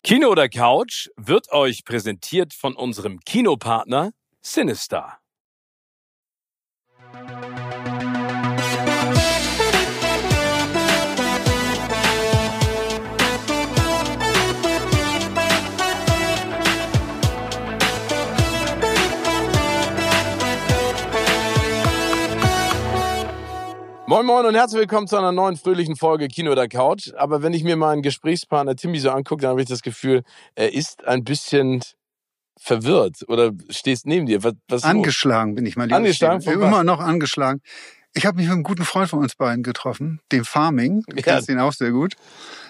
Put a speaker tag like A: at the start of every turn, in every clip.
A: Kino oder Couch wird euch präsentiert von unserem Kinopartner Cinestar. Moin Moin und herzlich willkommen zu einer neuen fröhlichen Folge Kino oder Couch. Aber wenn ich mir meinen Gesprächspartner Timmy so angucke, dann habe ich das Gefühl, er ist ein bisschen verwirrt oder stehst neben dir. Was
B: angeschlagen bin ich, mein Lieber.
A: Angeschlagen von was?
B: Immer noch angeschlagen. Ich habe mich mit einem guten Freund von uns beiden getroffen, dem Farming. Du kennst ihn auch sehr gut.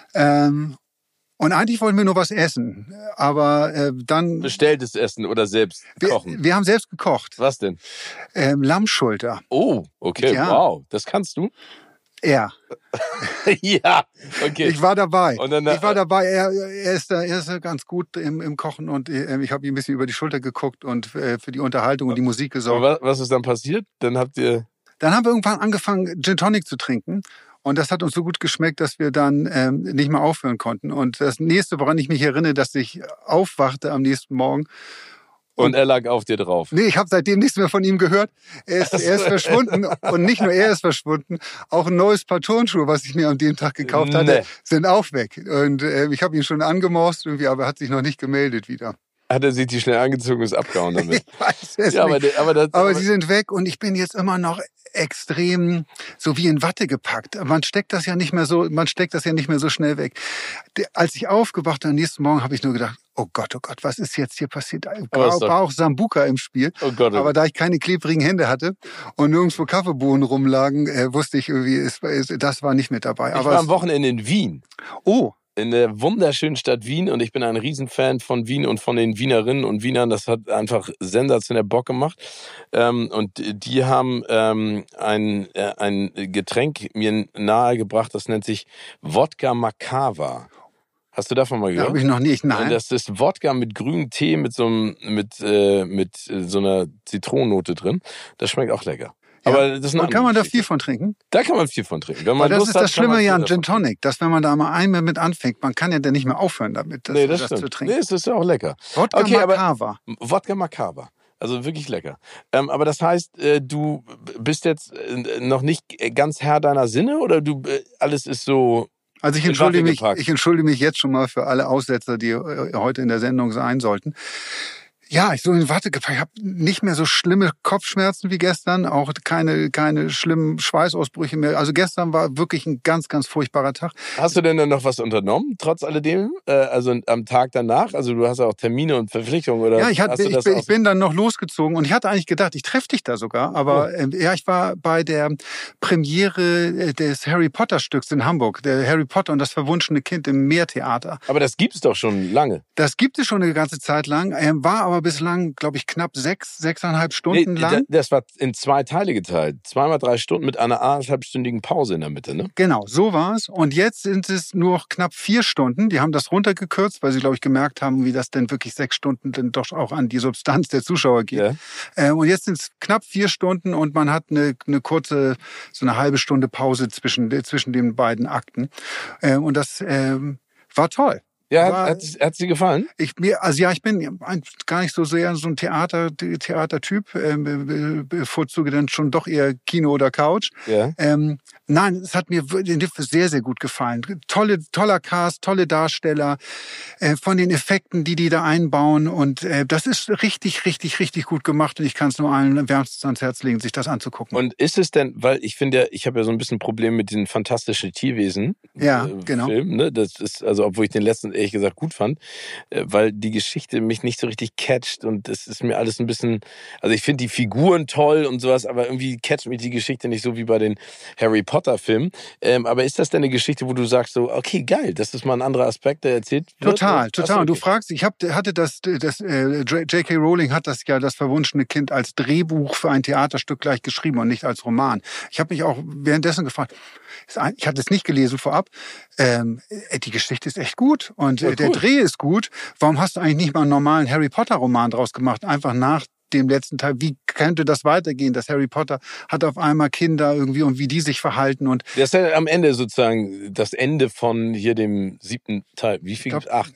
B: Und eigentlich wollten wir nur was essen, aber dann...
A: Bestelltes Essen oder selbst kochen?
B: Wir haben selbst gekocht.
A: Was denn?
B: Lammschulter.
A: Oh, okay, ja. Wow. Das kannst du?
B: Ja.
A: Ja, okay.
B: Ich war dabei.
A: Und dann,
B: Er ist da ganz gut im Kochen und ich habe ihm ein bisschen über die Schulter geguckt und für die Unterhaltung und die Musik gesorgt.
A: Was ist dann passiert? Dann haben wir
B: irgendwann angefangen, Gin Tonic zu trinken. Und das hat uns so gut geschmeckt, dass wir dann nicht mehr aufhören konnten. Und das nächste, woran ich mich erinnere, dass ich aufwachte am nächsten Morgen.
A: Und er lag auf dir drauf.
B: Nee, ich habe seitdem nichts mehr von ihm gehört. Er ist verschwunden. Und nicht nur er ist verschwunden, auch ein neues Paar Turnschuhe, was ich mir an dem Tag gekauft hatte, sind auch weg. Und ich habe ihn schon angemorst, irgendwie, aber er hat sich noch nicht gemeldet wieder.
A: Hat er sich die schnell angezogen und ist abgehauen damit?
B: Ich weiß es nicht. Aber sie sind weg und ich bin jetzt immer noch extrem so wie in Watte gepackt. Man steckt das ja nicht mehr so schnell weg. Als ich aufgewacht bin am nächsten Morgen, habe ich nur gedacht, oh Gott, was ist jetzt hier passiert? War auch Sambuka im Spiel.
A: Oh Gott.
B: Aber da ich keine klebrigen Hände hatte und nirgendwo Kaffeebohnen rumlagen, wusste ich irgendwie, das war nicht mit dabei.
A: Ich war am Wochenende in Wien.
B: Oh.
A: In der wunderschönen Stadt Wien und ich bin ein Riesenfan von Wien und von den Wienerinnen und Wienern. Das hat einfach sensationell Bock gemacht. Und die haben ein Getränk mir nahegebracht, das nennt sich Wodka Macava. Hast du davon mal gehört?
B: Habe ich noch nicht, nein.
A: Das ist Wodka mit grünem Tee mit so einer Zitronennote drin. Das schmeckt auch lecker. Ja. Aber das ist
B: und kann man da viel von trinken?
A: Da kann man viel von trinken. Wenn man
B: das
A: Lust
B: ist
A: hat,
B: das Schlimme ja an Gin Tonic, dass wenn man da mal einmal mit anfängt, man kann ja dann nicht mehr aufhören damit, das zu trinken.
A: Nee, das ist ja auch lecker.
B: Wodka Macava.
A: Wodka Macava. Also wirklich lecker. Aber das heißt, du bist jetzt noch nicht ganz Herr deiner Sinne oder alles ist so...
B: Also ich entschuldige mich jetzt schon mal für alle Aussetzer, die heute in der Sendung sein sollten. Ja, ich so in Watte gepackt. Ich habe nicht mehr so schlimme Kopfschmerzen wie gestern, auch keine schlimmen Schweißausbrüche mehr. Also gestern war wirklich ein ganz, ganz furchtbarer Tag.
A: Hast du denn dann noch was unternommen, trotz alledem? Also am Tag danach? Also du hast auch Termine und Verpflichtungen? Oder
B: ja, ich bin dann noch losgezogen und ich hatte eigentlich gedacht, ich treffe dich da sogar. Aber ich war bei der Premiere des Harry Potter Stücks in Hamburg. Der Harry Potter und das verwunschene Kind im Meertheater.
A: Aber das gibt es doch schon lange.
B: Das gibt es schon eine ganze Zeit lang. War aber bislang, glaube ich, knapp 6,5 Stunden lang.
A: Das war in 2 Teile geteilt. 2x3 Stunden mit einer 1,5-stündigen Pause in der Mitte, ne?
B: Genau, so war es. Und jetzt sind es nur noch knapp 4 Stunden. Die haben das runtergekürzt, weil sie, glaube ich, gemerkt haben, wie das denn wirklich 6 Stunden dann doch auch an die Substanz der Zuschauer geht. Ja. Und jetzt sind es knapp 4 Stunden und man hat eine kurze, so eine halbe Stunde Pause zwischen den beiden Akten. Und das war toll.
A: Ja, hat sie gefallen?
B: Ich bin gar nicht so sehr so ein Theatertyp. Bevorzuge dann schon doch eher Kino oder Couch.
A: Ja.
B: Nein, es hat mir sehr, sehr gut gefallen. Toller Cast, tolle Darsteller, von den Effekten, die da einbauen. Und das ist richtig, richtig, richtig gut gemacht. Und ich kann es nur allen wärmstens ans Herz legen, sich das anzugucken.
A: Und ist es denn, weil ich finde, ich habe ja so ein bisschen Problem mit den fantastischen Tierwesen.
B: Ja, genau.
A: Film, ne? Das ist, also obwohl ich den letzten ehrlich gesagt gut fand, weil die Geschichte mich nicht so richtig catcht und es ist mir alles ein bisschen, also ich finde die Figuren toll und sowas, aber irgendwie catcht mich die Geschichte nicht so wie bei den Harry Potter Filmen. Aber ist das denn eine Geschichte, wo du sagst so, okay, geil, das ist mal ein anderer Aspekt, der erzählt wird?
B: Total. Okay. Und du fragst, J.K. Rowling hat das verwunschene Kind als Drehbuch für ein Theaterstück gleich geschrieben und nicht als Roman. Ich habe mich auch währenddessen gefragt, ich hatte es nicht gelesen vorab, die Geschichte ist echt gut und der Dreh ist gut. Warum hast du eigentlich nicht mal einen normalen Harry Potter Roman draus gemacht? Einfach nach dem letzten Teil. Wie könnte das weitergehen? Dass Harry Potter hat auf einmal Kinder irgendwie und wie die sich verhalten und...
A: Das ist ja am Ende sozusagen das Ende von hier dem 7. Teil. Wie viel gibt's? 8?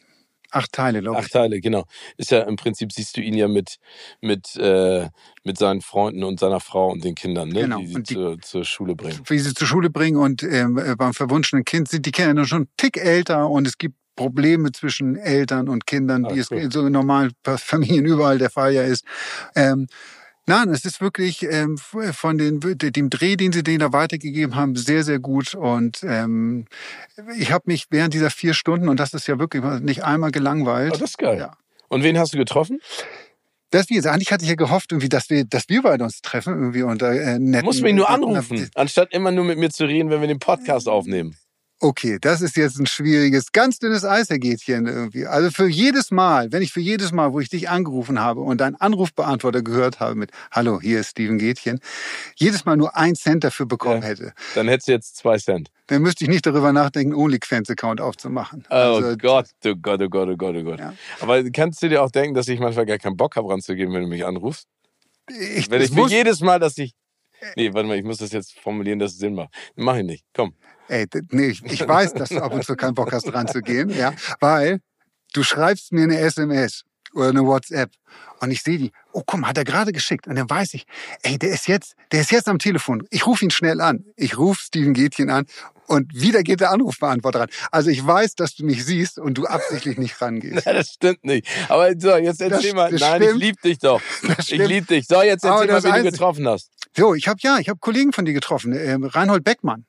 B: 8 Teile, glaube
A: 8
B: ich.
A: Teile, genau. Ist ja im Prinzip, siehst du ihn ja mit seinen Freunden und seiner Frau und den Kindern, ne?
B: Genau.
A: Die sie
B: Und
A: zur Schule bringen.
B: wie sie zur Schule bringen und beim verwunschenen Kind sind die Kinder dann schon einen Tick älter und es gibt Probleme zwischen Eltern und Kindern, wie es
A: cool.
B: so in normalen Familien überall der Fall ja ist. Nein, es ist wirklich von dem Dreh, den sie denen da weitergegeben haben, sehr, sehr gut. Und ich habe mich während dieser 4 Stunden, und das ist ja wirklich nicht einmal gelangweilt.
A: Oh, das ist geil.
B: Ja.
A: Und wen hast du getroffen?
B: Das wie jetzt, eigentlich hatte ich ja gehofft, irgendwie, dass wir beide uns treffen, irgendwie unter netten.
A: Musst mich nur anrufen, anstatt immer nur mit mir zu reden, wenn wir den Podcast aufnehmen.
B: Okay, das ist jetzt ein schwieriges, ganz dünnes Eis, Herr Gätchen, irgendwie. Also für jedes Mal, wo ich dich angerufen habe und deinen Anrufbeantworter gehört habe mit Hallo, hier ist Steven Gätchen, jedes Mal nur 1 Cent dafür bekommen hätte.
A: Dann hättest du jetzt 2 Cent.
B: Dann müsste ich nicht darüber nachdenken, OnlyFans-Account aufzumachen.
A: Oh Gott, oh Gott, oh Gott, oh Gott, oh Gott.
B: Ja.
A: Aber kannst du dir auch denken, dass ich manchmal gar keinen Bock habe, ranzugehen, wenn du mich anrufst? Wenn ich für jedes Mal, dass ich... Nee, warte mal, ich muss das jetzt formulieren, dass es Sinn macht. Mach ich nicht, komm.
B: Ey, nee, ich weiß, dass du ab und zu keinen Bock hast, ranzugehen, ja, weil du schreibst mir eine SMS oder eine WhatsApp und ich sehe die, oh komm, hat er gerade geschickt und dann weiß ich, ey, der ist jetzt am Telefon. Ich rufe ihn schnell an. Ich rufe Steven Gätchen an und wieder geht der Anrufbeantworter ran. Also ich weiß, dass du mich siehst und du absichtlich nicht rangehst.
A: Nein, das stimmt nicht. Aber so, jetzt erzähl mal. Nein, ich lieb dich doch. Ich lieb dich. So, jetzt erzähl mal, wen du getroffen hast.
B: So, ich habe Kollegen von dir getroffen. Reinhold Beckmann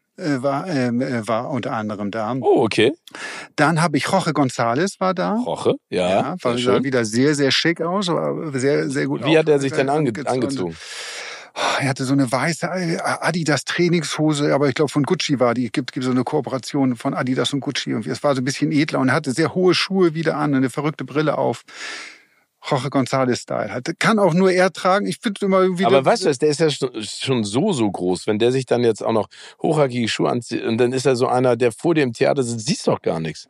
B: war unter anderem da.
A: Oh, okay.
B: Dann habe ich Jorge González war da.
A: Jorge, ja.
B: Sah wieder sehr, sehr schick aus, aber sehr, sehr gut.
A: Wie hat er sich denn angezogen?
B: Er hatte so eine weiße Adidas Trainingshose, aber ich glaube von Gucci war die. Gibt so eine Kooperation von Adidas und Gucci. Und es war so ein bisschen edler und er hatte sehr hohe Schuhe wieder an, eine verrückte Brille auf. Jorge González-Style. Kann auch nur er tragen. Ich finde immer irgendwie.
A: Aber weißt du, der ist ja schon so groß. Wenn der sich dann jetzt auch noch hochhackige Schuhe anzieht und dann ist er so einer, der vor dem Theater sitzt, siehst doch gar nichts.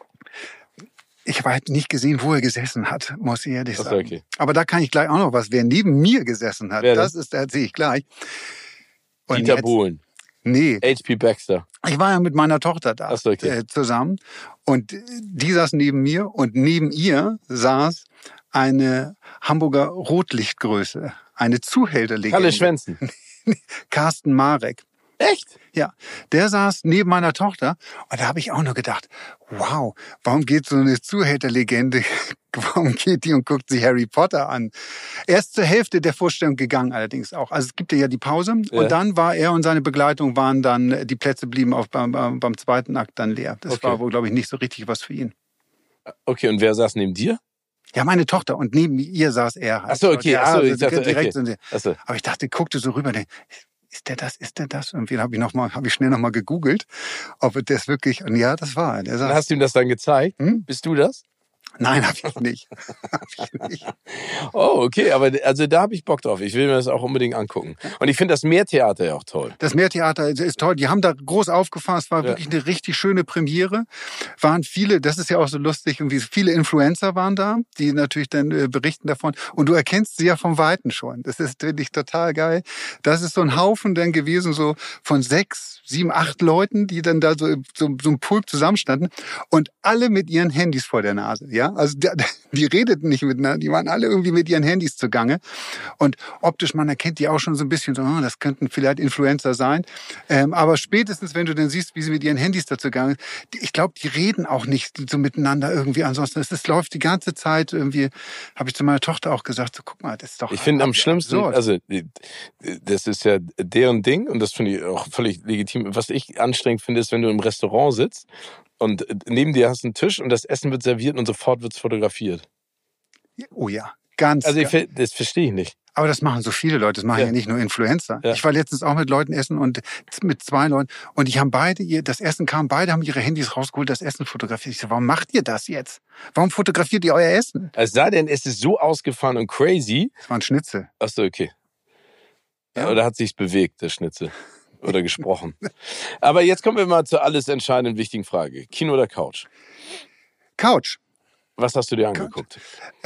B: Ich habe halt nicht gesehen, wo er gesessen hat, muss ich ehrlich sagen.
A: Okay.
B: Aber da kann ich gleich auch noch was. Wer neben mir gesessen hat, das erzähle ich gleich.
A: Und Dieter Bohlen.
B: Nee.
A: H.P. Baxter.
B: Ich war ja mit meiner Tochter da zusammen. Und die saß neben mir und neben ihr saß eine Hamburger Rotlichtgröße, eine Zuhälterlegende.
A: Kalle Schwänzen.
B: Carsten Marek.
A: Echt?
B: Ja, der saß neben meiner Tochter und da habe ich auch nur gedacht, wow, warum geht so eine Zuhälterlegende, warum geht die und guckt sich Harry Potter an? Er ist zur Hälfte der Vorstellung gegangen allerdings auch. Also es gibt ja die Pause und dann war er und seine Begleitung waren dann, die Plätze blieben beim zweiten Akt dann leer. Das war wohl, glaube ich, nicht so richtig was für ihn.
A: Okay, und wer saß neben dir?
B: Ja, meine Tochter und neben ihr saß er. Halt.
A: Ach so, okay.
B: Ja,
A: ich dachte,
B: direkt
A: okay.
B: Aber ich dachte, guckte so rüber, ist der das? Irgendwie habe ich schnell nochmal gegoogelt, ob das wirklich, und ja, das war er.
A: Hast du ihm das dann gezeigt? Bist du das?
B: Nein, habe ich nicht.
A: Oh, okay, aber also da habe ich Bock drauf. Ich will mir das auch unbedingt angucken. Und ich finde das Meertheater ja auch toll.
B: Das Meertheater ist toll. Die haben da groß aufgefahren. Es war wirklich eine richtig schöne Premiere. Waren viele, das ist ja auch so lustig, irgendwie viele Influencer waren da, die natürlich dann berichten davon. Und du erkennst sie ja vom Weiten schon. Das ist wirklich total geil. Das ist so ein Haufen dann gewesen, so von 6, 7, 8 Leuten, die dann da so ein Pulk zusammenstanden und alle mit ihren Handys vor der Nase. Ja, also die redeten nicht miteinander, die waren alle irgendwie mit ihren Handys zugange. Und optisch, man erkennt die auch schon so ein bisschen so, das könnten vielleicht Influencer sein. Aber spätestens, wenn du dann siehst, wie sie mit ihren Handys da zugange, ich glaube, die reden auch nicht so miteinander irgendwie. Ansonsten, es läuft die ganze Zeit irgendwie, habe ich zu meiner Tochter auch gesagt, so guck mal, das ist doch...
A: Ich finde am schlimmsten, also das ist ja deren Ding und das finde ich auch völlig legitim. Was ich anstrengend finde, ist, wenn du im Restaurant sitzt und neben dir hast du einen Tisch und das Essen wird serviert und sofort wird es fotografiert.
B: Oh ja, ganz.
A: Also das verstehe ich nicht.
B: Aber das machen so viele Leute, das machen ja nicht nur Influencer. Ja. Ich war letztens auch mit Leuten essen und mit 2 Leuten und die haben das Essen kam, beide haben ihre Handys rausgeholt, das Essen fotografiert. Ich so, warum macht ihr das jetzt? Warum fotografiert ihr euer Essen?
A: Es sei denn, es ist so ausgefahren und crazy.
B: Das war ein Schnitzel.
A: Ach so, okay. Ja. Oder hat sich's bewegt, der Schnitzel? Oder gesprochen. Aber jetzt kommen wir mal zur alles entscheidenden wichtigen Frage. Kino oder Couch?
B: Couch.
A: Was hast du dir angeguckt?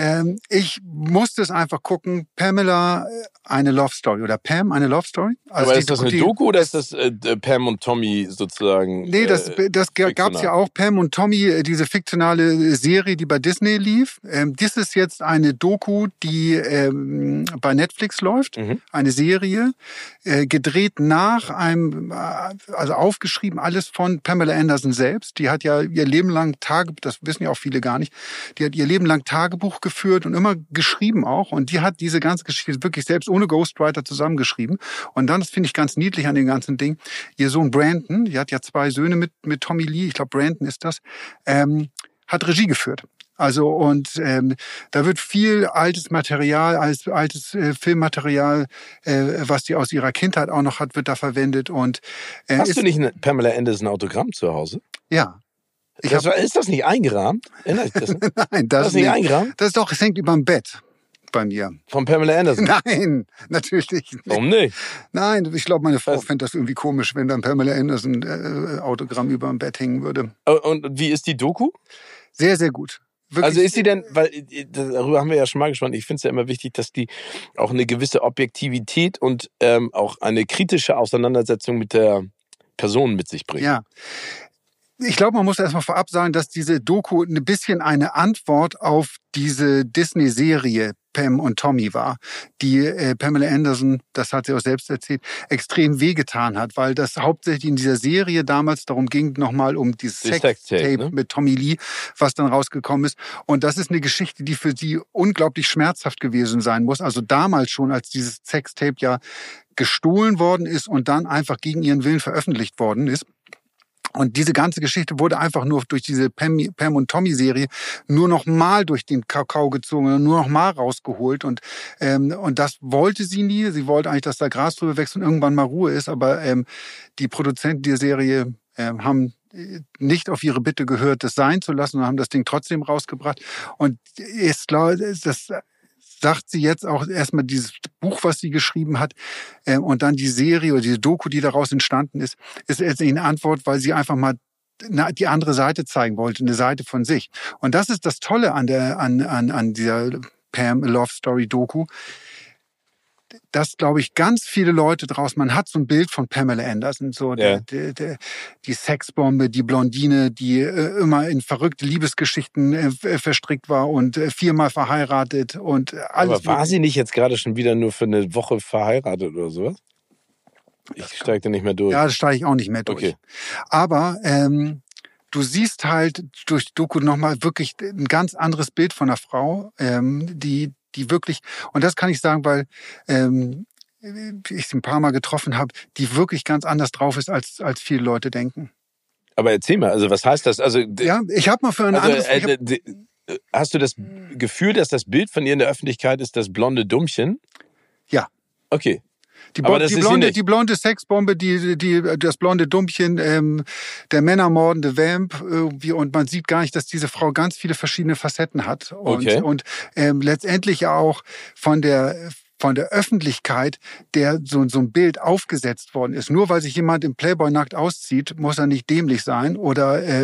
B: Ich musste es einfach gucken. Pamela, eine Love Story. Oder Pam, eine Love Story.
A: Also aber ist das eine Doku oder ist das Pam und Tommy sozusagen?
B: Nee, das gab es ja auch. Pam und Tommy, diese fiktionale Serie, die bei Disney lief. Das ist jetzt eine Doku, die bei Netflix läuft. Eine Serie, gedreht nach einem, also aufgeschrieben alles von Pamela Anderson selbst. Die hat ja ihr Leben lang das wissen ja auch viele gar nicht, die hat ihr Leben lang Tagebuch geführt und immer geschrieben auch. Und die hat diese ganze Geschichte wirklich selbst ohne Ghostwriter zusammengeschrieben. Und dann, das finde ich ganz niedlich an dem ganzen Ding, ihr Sohn Brandon, die hat ja 2 Söhne mit Tommy Lee, ich glaube Brandon ist das, hat Regie geführt. Also und da wird viel altes Material, altes Filmmaterial, was die aus ihrer Kindheit auch noch hat, wird da verwendet. Und
A: hast du nicht ein Pamela Anderson Autogramm zu Hause?
B: Ja.
A: Ist das nicht eingerahmt?
B: Nein,
A: das ist nicht eingerahmt?
B: Das ist doch, es hängt über dem Bett bei mir.
A: Von Pamela Anderson?
B: Nein, natürlich nicht.
A: Warum nicht?
B: Nein, ich glaube, meine Frau fände das irgendwie komisch, wenn dann Pamela Anderson Autogramm über dem Bett hängen würde.
A: Und wie ist die Doku?
B: Sehr, sehr gut. Wirklich.
A: Also ist sie denn, weil darüber haben wir ja schon mal gesprochen, ich finde es ja immer wichtig, dass die auch eine gewisse Objektivität und auch eine kritische Auseinandersetzung mit der Person mit sich bringt.
B: Ja. Ich glaube, man muss erstmal vorab sagen, dass diese Doku ein bisschen eine Antwort auf diese Disney-Serie Pam und Tommy war, die Pamela Anderson, das hat sie auch selbst erzählt, extrem wehgetan hat, weil das hauptsächlich in dieser Serie damals darum ging, nochmal um dieses Sextape, ne? Mit Tommy Lee, was dann rausgekommen ist. Und das ist eine Geschichte, die für sie unglaublich schmerzhaft gewesen sein muss. Also damals schon, als dieses Sextape ja gestohlen worden ist und dann einfach gegen ihren Willen veröffentlicht worden ist. Und diese ganze Geschichte wurde einfach nur durch diese Pam und Tommy-Serie nur noch mal durch den Kakao gezogen, nur noch mal rausgeholt. Und das wollte sie nie. Sie wollte eigentlich, dass da Gras drüber wächst und irgendwann mal Ruhe ist. Aber die Produzenten der Serie haben nicht auf ihre Bitte gehört, das sein zu lassen und haben das Ding trotzdem rausgebracht. Und ist klar, das sagt sie jetzt auch erstmal dieses Buch, was sie geschrieben hat, und dann die Serie oder diese Doku, die daraus entstanden ist jetzt eine Antwort, weil sie einfach mal die andere Seite zeigen wollte, eine Seite von sich. Und das ist das Tolle an dieser Pam Love Story Doku, dass, glaube ich, ganz viele Leute draus, man hat so ein Bild von Pamela Anderson, so
A: ja.
B: die Sexbombe, die Blondine, die immer in verrückte Liebesgeschichten verstrickt war und 4-mal verheiratet und alles.
A: Aber war sie nicht jetzt gerade schon wieder nur für eine Woche verheiratet oder sowas? Ich steige da nicht mehr durch.
B: Ja, das steige ich auch nicht mehr durch.
A: Okay.
B: Aber du siehst halt durch die Doku nochmal wirklich ein ganz anderes Bild von einer Frau, die wirklich, und das kann ich sagen, weil ich sie ein paar Mal getroffen habe, die wirklich ganz anders drauf ist, als viele Leute denken.
A: Aber erzähl mal, also was heißt das? Also,
B: ja, ich habe mal für ein anderes...
A: hast du das Gefühl, dass das Bild von ihr in der Öffentlichkeit ist das blonde Dummchen?
B: Ja.
A: Okay.
B: Die blonde Sexbombe, das blonde Dummchen, der männermordende Vamp, und man sieht gar nicht, dass diese Frau ganz viele verschiedene Facetten hat und letztendlich auch von der Öffentlichkeit, der so ein Bild aufgesetzt worden ist. Nur weil sich jemand im Playboy nackt auszieht, muss er nicht dämlich sein oder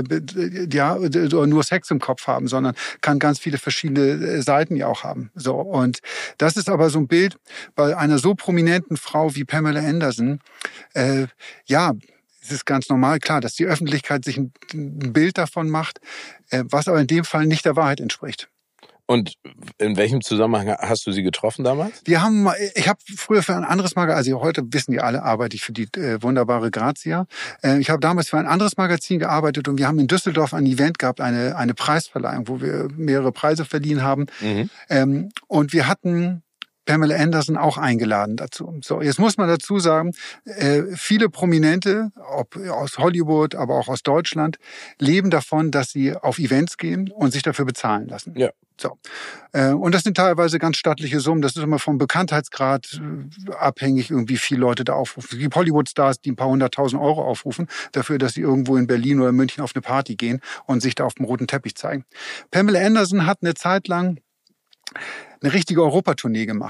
B: nur Sex im Kopf haben, sondern kann ganz viele verschiedene Seiten ja auch haben. So, und das ist aber so ein Bild bei einer so prominenten Frau wie Pamela Anderson. Es ist ganz normal, klar, dass die Öffentlichkeit sich ein Bild davon macht, was aber in dem Fall nicht der Wahrheit entspricht.
A: Und in welchem Zusammenhang hast du sie getroffen damals?
B: Ich habe früher für ein anderes Magazin, also heute wissen die alle, arbeite ich für die wunderbare Grazia. Ich habe damals für ein anderes Magazin gearbeitet und wir haben in Düsseldorf ein Event gehabt, eine Preisverleihung, wo wir mehrere Preise verliehen haben. Und wir hatten Pamela Anderson auch eingeladen dazu. So, jetzt muss man dazu sagen, viele Prominente, ob aus Hollywood, aber auch aus Deutschland, leben davon, dass sie auf Events gehen und sich dafür bezahlen lassen.
A: Ja.
B: So. Und das sind teilweise ganz stattliche Summen. Das ist immer vom Bekanntheitsgrad abhängig, irgendwie viele Leute da aufrufen. Es gibt Hollywood-Stars, die ein paar 100.000 Euro aufrufen, dafür, dass sie irgendwo in Berlin oder München auf eine Party gehen und sich da auf dem roten Teppich zeigen. Pamela Anderson hat eine Zeit lang eine richtige Europatournee gemacht.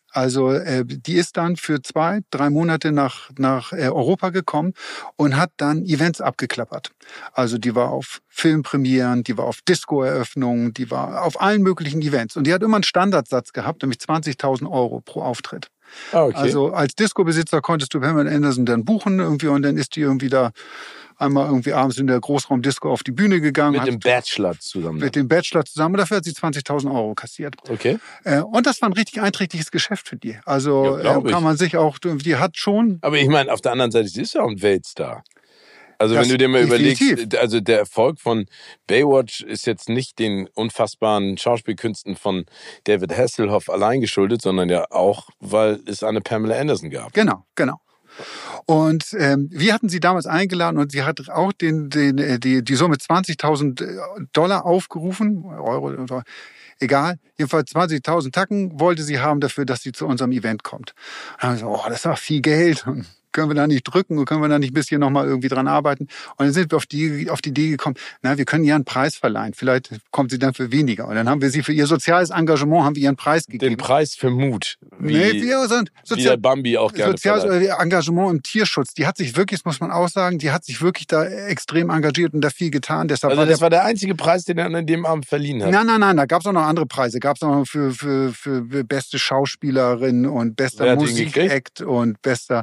B: Also die ist dann für 2-3 Monate nach Europa gekommen und hat dann Events abgeklappert. Also die war auf Filmpremieren, die war auf Disco-Eröffnungen, die war auf allen möglichen Events. Und die hat immer einen Standardsatz gehabt, nämlich 20.000 € pro Auftritt.
A: Okay.
B: Also als Disco-Besitzer konntest du Pamela Anderson dann buchen irgendwie und dann ist die irgendwie da einmal irgendwie abends in der Großraumdisco auf die Bühne gegangen.
A: Mit dem Bachelor zusammen.
B: Mit dem Bachelor zusammen. Und dafür hat sie 20.000 € kassiert.
A: Okay.
B: Und das war ein richtig einträgliches Geschäft für die. Also
A: Ja,
B: kann man sich auch, die hat schon...
A: Aber ich meine, auf der anderen Seite, sie ist ja auch ein Weltstar. Also
B: Das
A: wenn du dir mal
B: definitiv.
A: überlegst, also der Erfolg von Baywatch ist jetzt nicht den unfassbaren Schauspielkünsten von David Hasselhoff allein geschuldet, sondern ja auch, weil es eine Pamela Anderson gab.
B: Genau. Und wir hatten sie damals eingeladen und sie hat auch die Summe 20.000 $ aufgerufen, Euro oder egal, jedenfalls 20.000 Tacken wollte sie haben dafür, dass sie zu unserem Event kommt. Und dann haben wir so, das ist auch viel Geld. Und können wir da nicht drücken und können wir da nicht ein bisschen nochmal irgendwie dran arbeiten? Und dann sind wir auf die Idee gekommen, wir können ihr einen Preis verleihen. Vielleicht kommt sie dann für weniger. Und dann haben wir sie für ihr soziales Engagement, haben wir ihr einen Preis gegeben.
A: Den Preis für Mut. Wie der Bambi auch gerne
B: soziales Engagement im Tierschutz. Die hat sich wirklich, das muss man auch sagen, die hat sich wirklich da extrem engagiert und da viel getan. Deshalb
A: also das war der einzige Preis, den er an dem Abend verliehen hat?
B: Nein, da gab es auch noch andere Preise. Gab es noch für beste Schauspielerin und bester Musikakt und bester...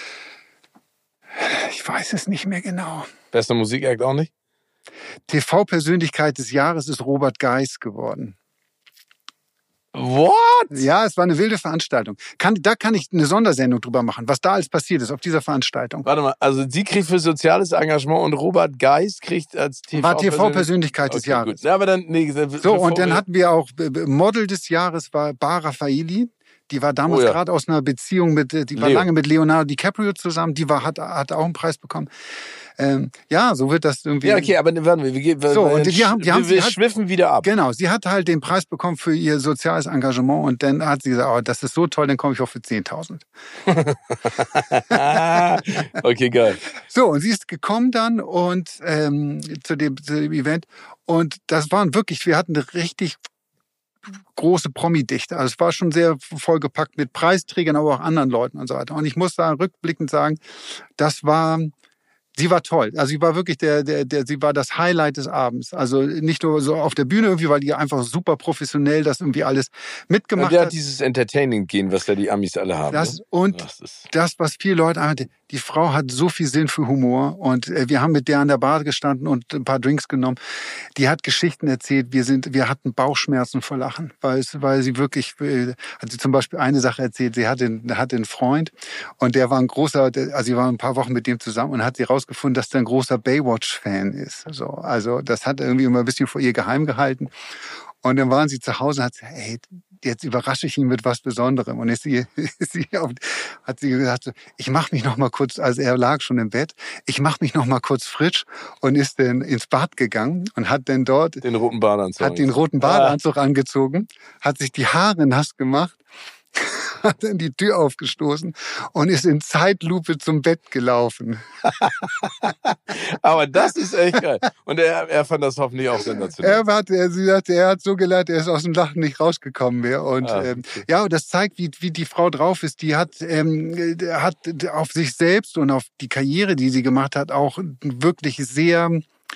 B: Ich weiß es nicht mehr genau.
A: Bester Musikakt auch nicht?
B: TV-Persönlichkeit des Jahres ist Robert Geis geworden.
A: What?
B: Ja, es war eine wilde Veranstaltung. Da kann ich eine Sondersendung drüber machen, was da alles passiert ist auf dieser Veranstaltung.
A: Warte mal, also sie kriegt für soziales Engagement und Robert Geis kriegt als
B: TV-Persönlichkeit des Jahres.
A: Gut. Ja, aber dann,
B: so, und dann hatten wir auch Model des Jahres war Bar Raffaeli. Die war damals gerade aus einer Beziehung die war lange mit Leonardo DiCaprio zusammen. Die hat auch einen Preis bekommen. So wird das irgendwie.
A: Ja, okay, aber warte, wir schwiffen wieder ab.
B: Genau, sie hat halt den Preis bekommen für ihr soziales Engagement und dann hat sie gesagt, das ist so toll, dann komme ich auch für 10.000.
A: Okay, geil.
B: So, und sie ist gekommen dann und zu dem Event und das waren wirklich, wir hatten eine richtig große Promi-Dichte. Also es war schon sehr vollgepackt mit Preisträgern, aber auch anderen Leuten und so weiter. Und ich muss da rückblickend sagen, sie war toll. Also sie war wirklich sie war das Highlight des Abends. Also nicht nur so auf der Bühne irgendwie, weil die einfach super professionell das irgendwie alles mitgemacht hat.
A: Der hat dieses Entertaining-Gehen, was da die Amis alle haben.
B: Das, was viele Leute einfach, die Frau hat so viel Sinn für Humor und wir haben mit der an der Bar gestanden und ein paar Drinks genommen. Die hat Geschichten erzählt. Wir hatten Bauchschmerzen vor Lachen, weil sie wirklich, hat sie zum Beispiel eine Sache erzählt. Sie hatte einen Freund und der war sie war ein paar Wochen mit dem zusammen und hat sie rausgefunden, dass der ein großer Baywatch-Fan ist. Also das hat er irgendwie immer ein bisschen vor ihr geheim gehalten. Und dann waren sie zu Hause und hat gesagt, hey, jetzt überrasche ich ihn mit was Besonderem. Und hat sie gesagt, ich mache mich noch mal kurz, also er lag schon im Bett, ich mache mich noch mal kurz frisch und ist dann ins Bad gegangen und hat dann dort
A: den roten Badeanzug
B: angezogen, hat sich die Haare nass gemacht, hat dann die Tür aufgestoßen und ist in Zeitlupe zum Bett gelaufen.
A: Aber das ist echt geil. Und er fand das hoffentlich auch sensationell.
B: Sie sagte, er hat so gelacht, er ist aus dem Lachen nicht rausgekommen mehr. Und und das zeigt, wie die Frau drauf ist. Die hat auf sich selbst und auf die Karriere, die sie gemacht hat, auch wirklich sehr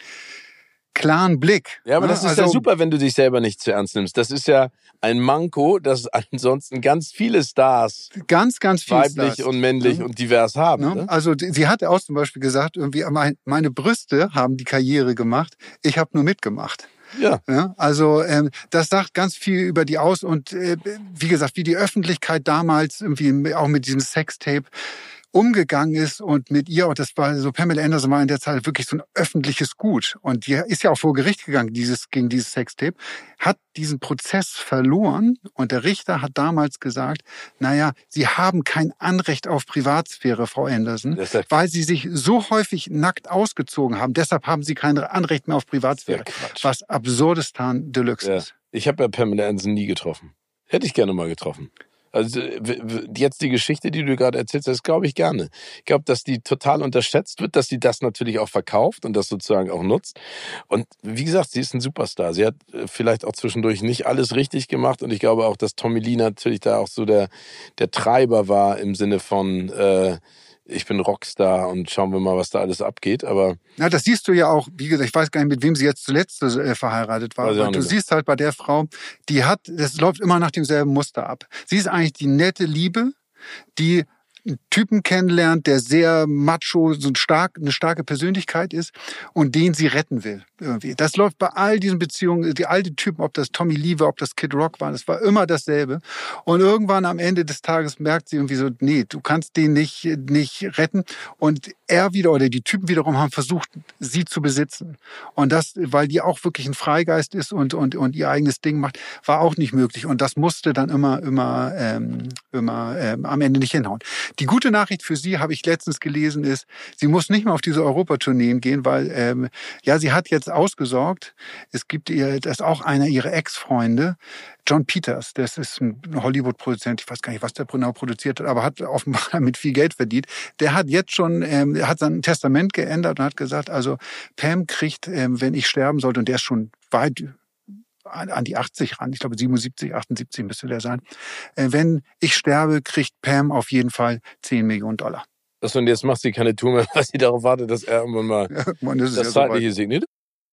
B: klaren Blick.
A: Ja, aber das ist ja super, wenn du dich selber nicht zu ernst nimmst. Das ist ja ein Manko, das ansonsten ganz viele Stars
B: ganz viele
A: weiblich
B: Stars.
A: Und männlich und divers haben.
B: Ne? Also sie hatte auch zum Beispiel gesagt, irgendwie meine Brüste haben die Karriere gemacht, ich habe nur mitgemacht.
A: Ja.
B: Also das sagt ganz viel über die aus und wie gesagt, wie die Öffentlichkeit damals irgendwie auch mit diesem Sextape umgegangen ist und mit ihr, und das war so, Pamela Anderson war in der Zeit wirklich so ein öffentliches Gut. Und die ist ja auch vor Gericht gegangen, gegen dieses Sextape, hat diesen Prozess verloren und der Richter hat damals gesagt, Sie haben kein Anrecht auf Privatsphäre, Frau Anderson, weil Sie sich so häufig nackt ausgezogen haben. Deshalb haben Sie kein Anrecht mehr auf Privatsphäre. Was Absurdistan Deluxe ist.
A: Ich habe ja Pamela Anderson nie getroffen. Hätte ich gerne mal getroffen. Also jetzt die Geschichte, die du gerade erzählst, das glaube ich gerne. Ich glaube, dass die total unterschätzt wird, dass sie das natürlich auch verkauft und das sozusagen auch nutzt. Und wie gesagt, sie ist ein Superstar. Sie hat vielleicht auch zwischendurch nicht alles richtig gemacht und ich glaube auch, dass Tommy Lee natürlich da auch so der Treiber war im Sinne von ich bin Rockstar und schauen wir mal, was da alles abgeht. Aber
B: Na, das siehst du ja auch, wie gesagt, ich weiß gar nicht, mit wem sie jetzt zuletzt verheiratet war. Aber du siehst halt bei der Frau, das läuft immer nach demselben Muster ab. Sie ist eigentlich die nette Liebe, die einen Typen kennenlernt, der sehr macho, eine starke Persönlichkeit ist und den sie retten will. Irgendwie. Das läuft bei all diesen Beziehungen, die alten Typen, ob das Tommy Lee war, ob das Kid Rock war, das war immer dasselbe. Und irgendwann am Ende des Tages merkt sie irgendwie so, nee, du kannst den nicht retten. Und er wieder oder die Typen wiederum haben versucht, sie zu besitzen. Und das, weil die auch wirklich ein Freigeist ist und ihr eigenes Ding macht, war auch nicht möglich. Und das musste dann immer am Ende nicht hinhauen. Die gute Nachricht für sie, habe ich letztens gelesen, ist, sie muss nicht mehr auf diese Europatourneen gehen, weil sie hat jetzt ausgesorgt. Es gibt das ist auch einer ihrer Ex-Freunde, John Peters, das ist ein Hollywood-Produzent, ich weiß gar nicht, was der genau produziert hat, aber hat offenbar damit viel Geld verdient. Der hat jetzt schon, hat sein Testament geändert und hat gesagt, also Pam kriegt, wenn ich sterben sollte, und der ist schon weit an die 80 ran, ich glaube 77, 78 müsste der sein. Wenn ich sterbe, kriegt Pam auf jeden Fall $10 Millionen.
A: Und jetzt macht sie keine Tour mehr, weil sie darauf wartet, dass er irgendwann mal das Zeitliche signiert.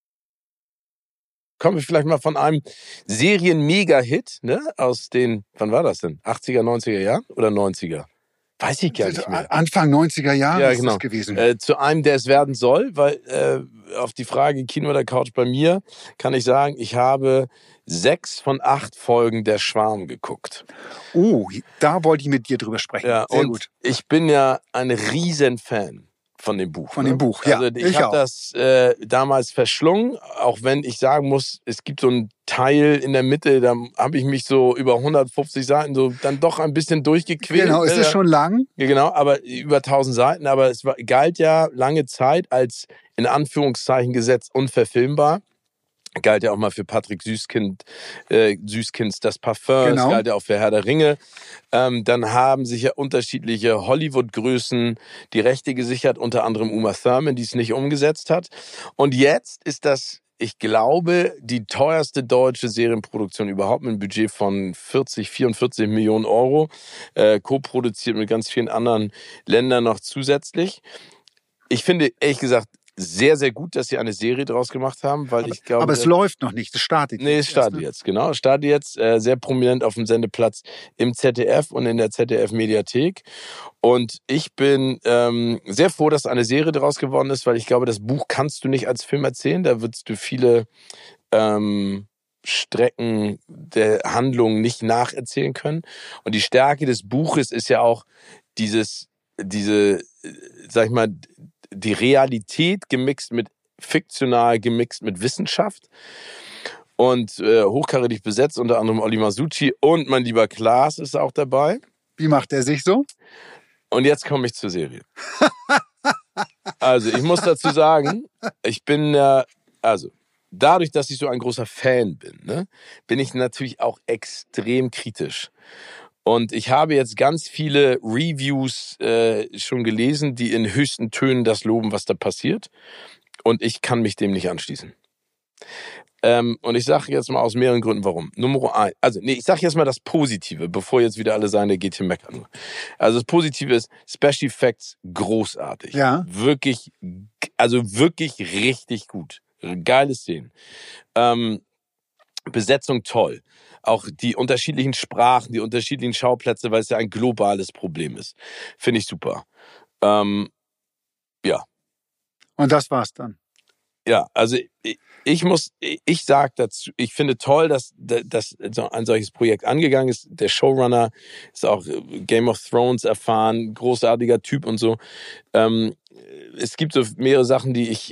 A: Kommen wir vielleicht mal von einem Serien-Mega-Hit, ne? Aus den, wann war das denn? 80er, 90er Jahren oder 90er? Weiß ich gar nicht mehr.
B: Anfang 90er Jahre
A: ja,
B: ist
A: genau.
B: das gewesen.
A: Zu einem, der es werden soll, weil auf die Frage Kino oder Couch bei mir kann ich sagen, ich habe 6 von 8 Folgen Der Schwarm geguckt.
B: Oh, da wollte ich mit dir drüber sprechen.
A: Ja,
B: sehr
A: und
B: gut.
A: Ich bin ja ein Riesen-Fan von dem Buch.
B: Von dem Buch, ja.
A: Also ich habe das damals verschlungen, auch wenn ich sagen muss, es gibt so einen Teil in der Mitte, da habe ich mich so über 150 Seiten so dann doch ein bisschen durchgequält.
B: Genau, es ist schon lang.
A: Ja, genau, aber über 1000 Seiten, aber es galt ja lange Zeit als in Anführungszeichen gesetzt unverfilmbar. Galt ja auch mal für Patrick Süßkinds Das Parfum,
B: Genau.
A: Es galt ja auch für Herr der Ringe. Dann haben sich ja unterschiedliche Hollywood-Größen die Rechte gesichert, unter anderem Uma Thurman, die es nicht umgesetzt hat. Und jetzt ist das, ich glaube, die teuerste deutsche Serienproduktion überhaupt mit einem Budget von 44 Millionen Euro, co-produziert mit ganz vielen anderen Ländern noch zusätzlich. Ich finde, ehrlich gesagt, sehr, sehr gut, dass sie eine Serie draus gemacht haben, weil ich glaube...
B: Aber es läuft noch nicht, es startet jetzt.
A: Nee, es startet jetzt, genau. Es startet jetzt sehr prominent auf dem Sendeplatz im ZDF und in der ZDF-Mediathek. Und ich bin sehr froh, dass eine Serie draus geworden ist, weil ich glaube, das Buch kannst du nicht als Film erzählen. Da würdest du viele Strecken der Handlung nicht nacherzählen können. Und die Stärke des Buches ist ja auch sag ich mal, die Realität gemixt mit fiktional, gemixt mit Wissenschaft und hochkarätig besetzt, unter anderem Olli Masucci und mein lieber Klaas ist auch dabei.
B: Wie macht er sich so?
A: Und jetzt komme ich zur Serie. Also ich muss dazu sagen, ich bin dadurch, dass ich so ein großer Fan bin, ne, bin ich natürlich auch extrem kritisch. Und ich habe jetzt ganz viele Reviews schon gelesen, die in höchsten Tönen das loben, was da passiert. Und ich kann mich dem nicht anschließen. Und ich sage jetzt mal aus mehreren Gründen, warum. Nummer 1, ich sage jetzt mal das Positive, bevor jetzt wieder alle sagen, der geht hier meckern. Also das Positive ist, Special Effects großartig.
B: Ja.
A: Wirklich richtig gut. Geile Szenen. Besetzung toll. Auch die unterschiedlichen Sprachen, die unterschiedlichen Schauplätze, weil es ja ein globales Problem ist. Finde ich super. Ja.
B: Und das war's dann.
A: Ja, also ich sag dazu, ich finde toll, dass so ein solches Projekt angegangen ist. Der Showrunner ist auch Game of Thrones erfahren, großartiger Typ und so. Es gibt so mehrere Sachen, die ich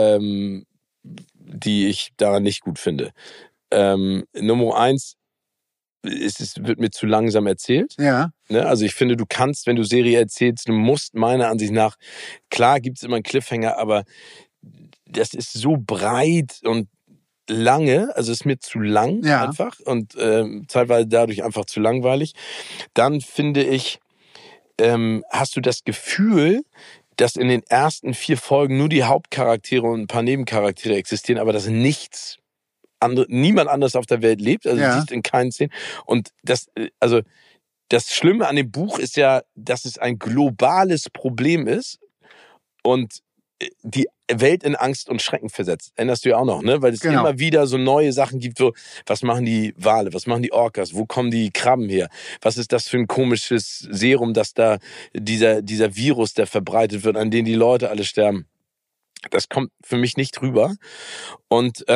A: daran nicht gut finde. Nummer 1, es wird mir zu langsam erzählt.
B: Ja.
A: Ne? Also ich finde, du kannst, wenn du Serie erzählst, du musst meiner Ansicht nach, klar gibt es immer einen Cliffhanger, aber das ist so breit und lange, also ist mir zu lang einfach und teilweise dadurch einfach zu langweilig. Dann finde ich, hast du das Gefühl, dass in den ersten 4 Folgen nur die Hauptcharaktere und ein paar Nebencharaktere existieren, aber dass niemand anders auf der Welt lebt, also du siehst in keinen Szenen. Und das Schlimme an dem Buch ist ja, dass es ein globales Problem ist und die Welt in Angst und Schrecken versetzt. Erinnerst du ja auch noch, ne? Weil es immer wieder so neue Sachen gibt, so, was machen die Wale, was machen die Orcas, wo kommen die Krabben her? Was ist das für ein komisches Serum, dass da dieser Virus, der verbreitet wird, an den die Leute alle sterben? Das kommt für mich nicht rüber. Und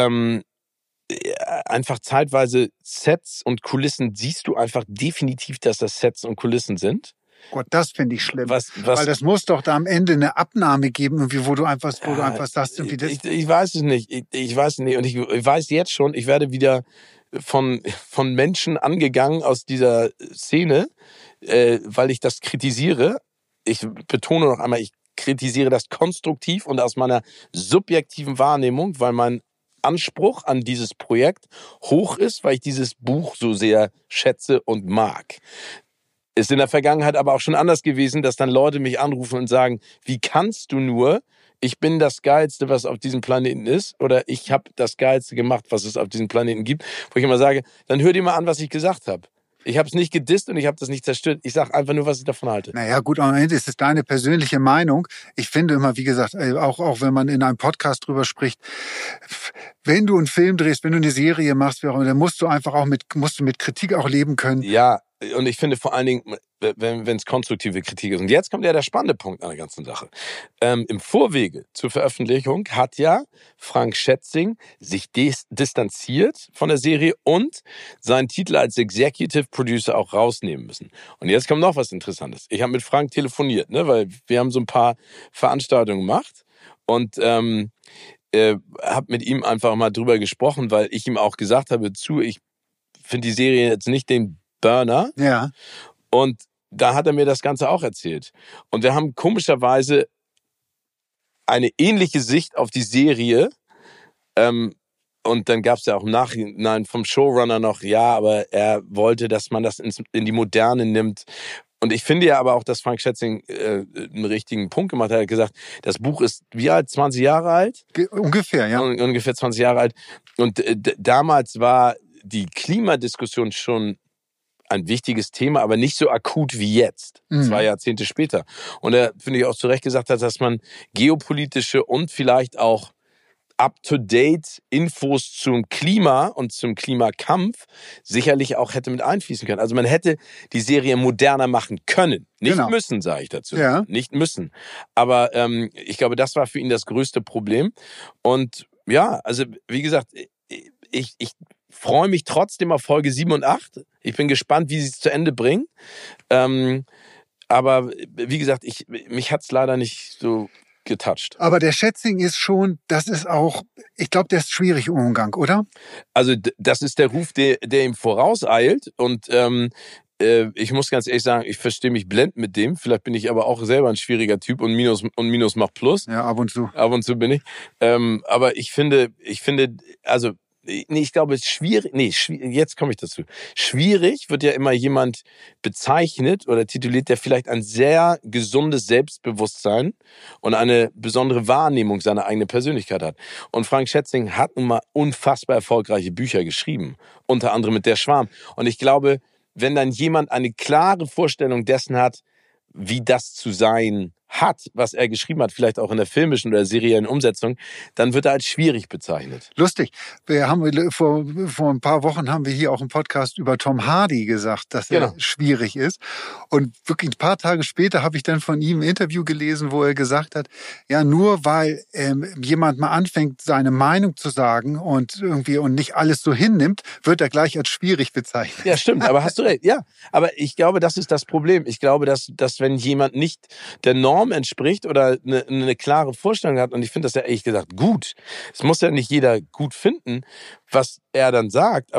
A: einfach zeitweise Sets und Kulissen siehst du einfach definitiv, dass das Sets und Kulissen sind.
B: Gott, das finde ich schlimm. Weil das muss doch da am Ende eine Abnahme geben, irgendwie, wo du einfach sagst, irgendwie das.
A: Ich weiß es nicht. Ich weiß es nicht. Und ich weiß jetzt schon, ich werde wieder von Menschen angegangen aus dieser Szene, weil ich das kritisiere. Ich betone noch einmal, ich kritisiere das konstruktiv und aus meiner subjektiven Wahrnehmung, weil mein Anspruch an dieses Projekt hoch ist, weil ich dieses Buch so sehr schätze und mag. Ist in der Vergangenheit aber auch schon anders gewesen, dass dann Leute mich anrufen und sagen, wie kannst du nur, ich bin das Geilste, was auf diesem Planeten ist, oder ich habe das Geilste gemacht, was es auf diesem Planeten gibt, wo ich immer sage, dann hör dir mal an, was ich gesagt habe. Ich habe es nicht gedisst und ich habe das nicht zerstört. Ich sage einfach nur, was ich davon halte.
B: Naja, gut, am Ende ist es deine persönliche Meinung. Ich finde immer, wie gesagt, auch wenn man in einem Podcast drüber spricht, wenn du einen Film drehst, wenn du eine Serie machst, dann musst du einfach auch mit Kritik auch leben können.
A: Ja, und ich finde vor allen Dingen, wenn es konstruktive Kritik ist. Und jetzt kommt ja der spannende Punkt an der ganzen Sache. Im Vorwege zur Veröffentlichung hat ja Frank Schätzing sich distanziert von der Serie und seinen Titel als Executive Producer auch rausnehmen müssen. Und jetzt kommt noch was Interessantes. Ich habe mit Frank telefoniert, ne, weil wir haben so ein paar Veranstaltungen gemacht und habe mit ihm einfach mal drüber gesprochen, weil ich ihm auch gesagt habe, ich finde die Serie jetzt nicht den Burner.
B: Ja.
A: Und da hat er mir das Ganze auch erzählt. Und wir haben komischerweise eine ähnliche Sicht auf die Serie. Und dann gab es ja auch im Nachhinein vom Showrunner noch, ja, aber er wollte, dass man das in die Moderne nimmt. Und ich finde ja aber auch, dass Frank Schätzing einen richtigen Punkt gemacht hat. Er hat gesagt, das Buch ist wie alt? 20 Jahre alt?
B: Ungefähr, ja.
A: Ungefähr 20 Jahre alt. Und damals war die Klimadiskussion schon ein wichtiges Thema, aber nicht so akut wie jetzt, 2 Jahrzehnte später. Und er, finde ich, auch zu Recht gesagt hat, dass man geopolitische und vielleicht auch up-to-date Infos zum Klima und zum Klimakampf sicherlich auch hätte mit einfließen können. Also man hätte die Serie moderner machen können. Nicht müssen, sage ich dazu.
B: Ja.
A: Nicht müssen. Aber ich glaube, das war für ihn das größte Problem. Und ja, also wie gesagt, ich freue mich trotzdem auf Folge 7 und 8. Ich bin gespannt, wie sie es zu Ende bringen. Aber wie gesagt, mich hat's leider nicht so getoucht.
B: Aber der Schätzing ist schon, das ist auch, ich glaube, der ist schwierig im Umgang, oder?
A: Also das ist der Ruf, der ihm vorauseilt. Und ich muss ganz ehrlich sagen, ich verstehe mich blendend mit dem. Vielleicht bin ich aber auch selber ein schwieriger Typ und Minus macht Plus.
B: Ja, ab und zu.
A: Ab und zu bin ich. Aber ich finde, also ich glaube, es ist schwierig, jetzt komme ich dazu. Schwierig wird ja immer jemand bezeichnet oder tituliert, der vielleicht ein sehr gesundes Selbstbewusstsein und eine besondere Wahrnehmung seiner eigenen Persönlichkeit hat. Und Frank Schätzing hat nun mal unfassbar erfolgreiche Bücher geschrieben. Unter anderem mit Der Schwarm. Und ich glaube, wenn dann jemand eine klare Vorstellung dessen hat, wie das zu sein hat, was er geschrieben hat, vielleicht auch in der filmischen oder seriellen Umsetzung, dann wird er als schwierig bezeichnet.
B: Lustig. Vor ein paar Wochen haben wir hier auch im Podcast über Tom Hardy gesagt, dass er schwierig ist. Und wirklich ein paar Tage später habe ich dann von ihm ein Interview gelesen, wo er gesagt hat, ja, nur weil jemand mal anfängt, seine Meinung zu sagen und nicht alles so hinnimmt, wird er gleich als schwierig bezeichnet.
A: Ja, stimmt, aber hast du recht. Ja, aber ich glaube, das ist das Problem. Ich glaube, dass wenn jemand nicht der Norm entspricht oder eine klare Vorstellung hat, und ich finde das ja ehrlich gesagt gut. Es muss ja nicht jeder gut finden, was er dann sagt, aber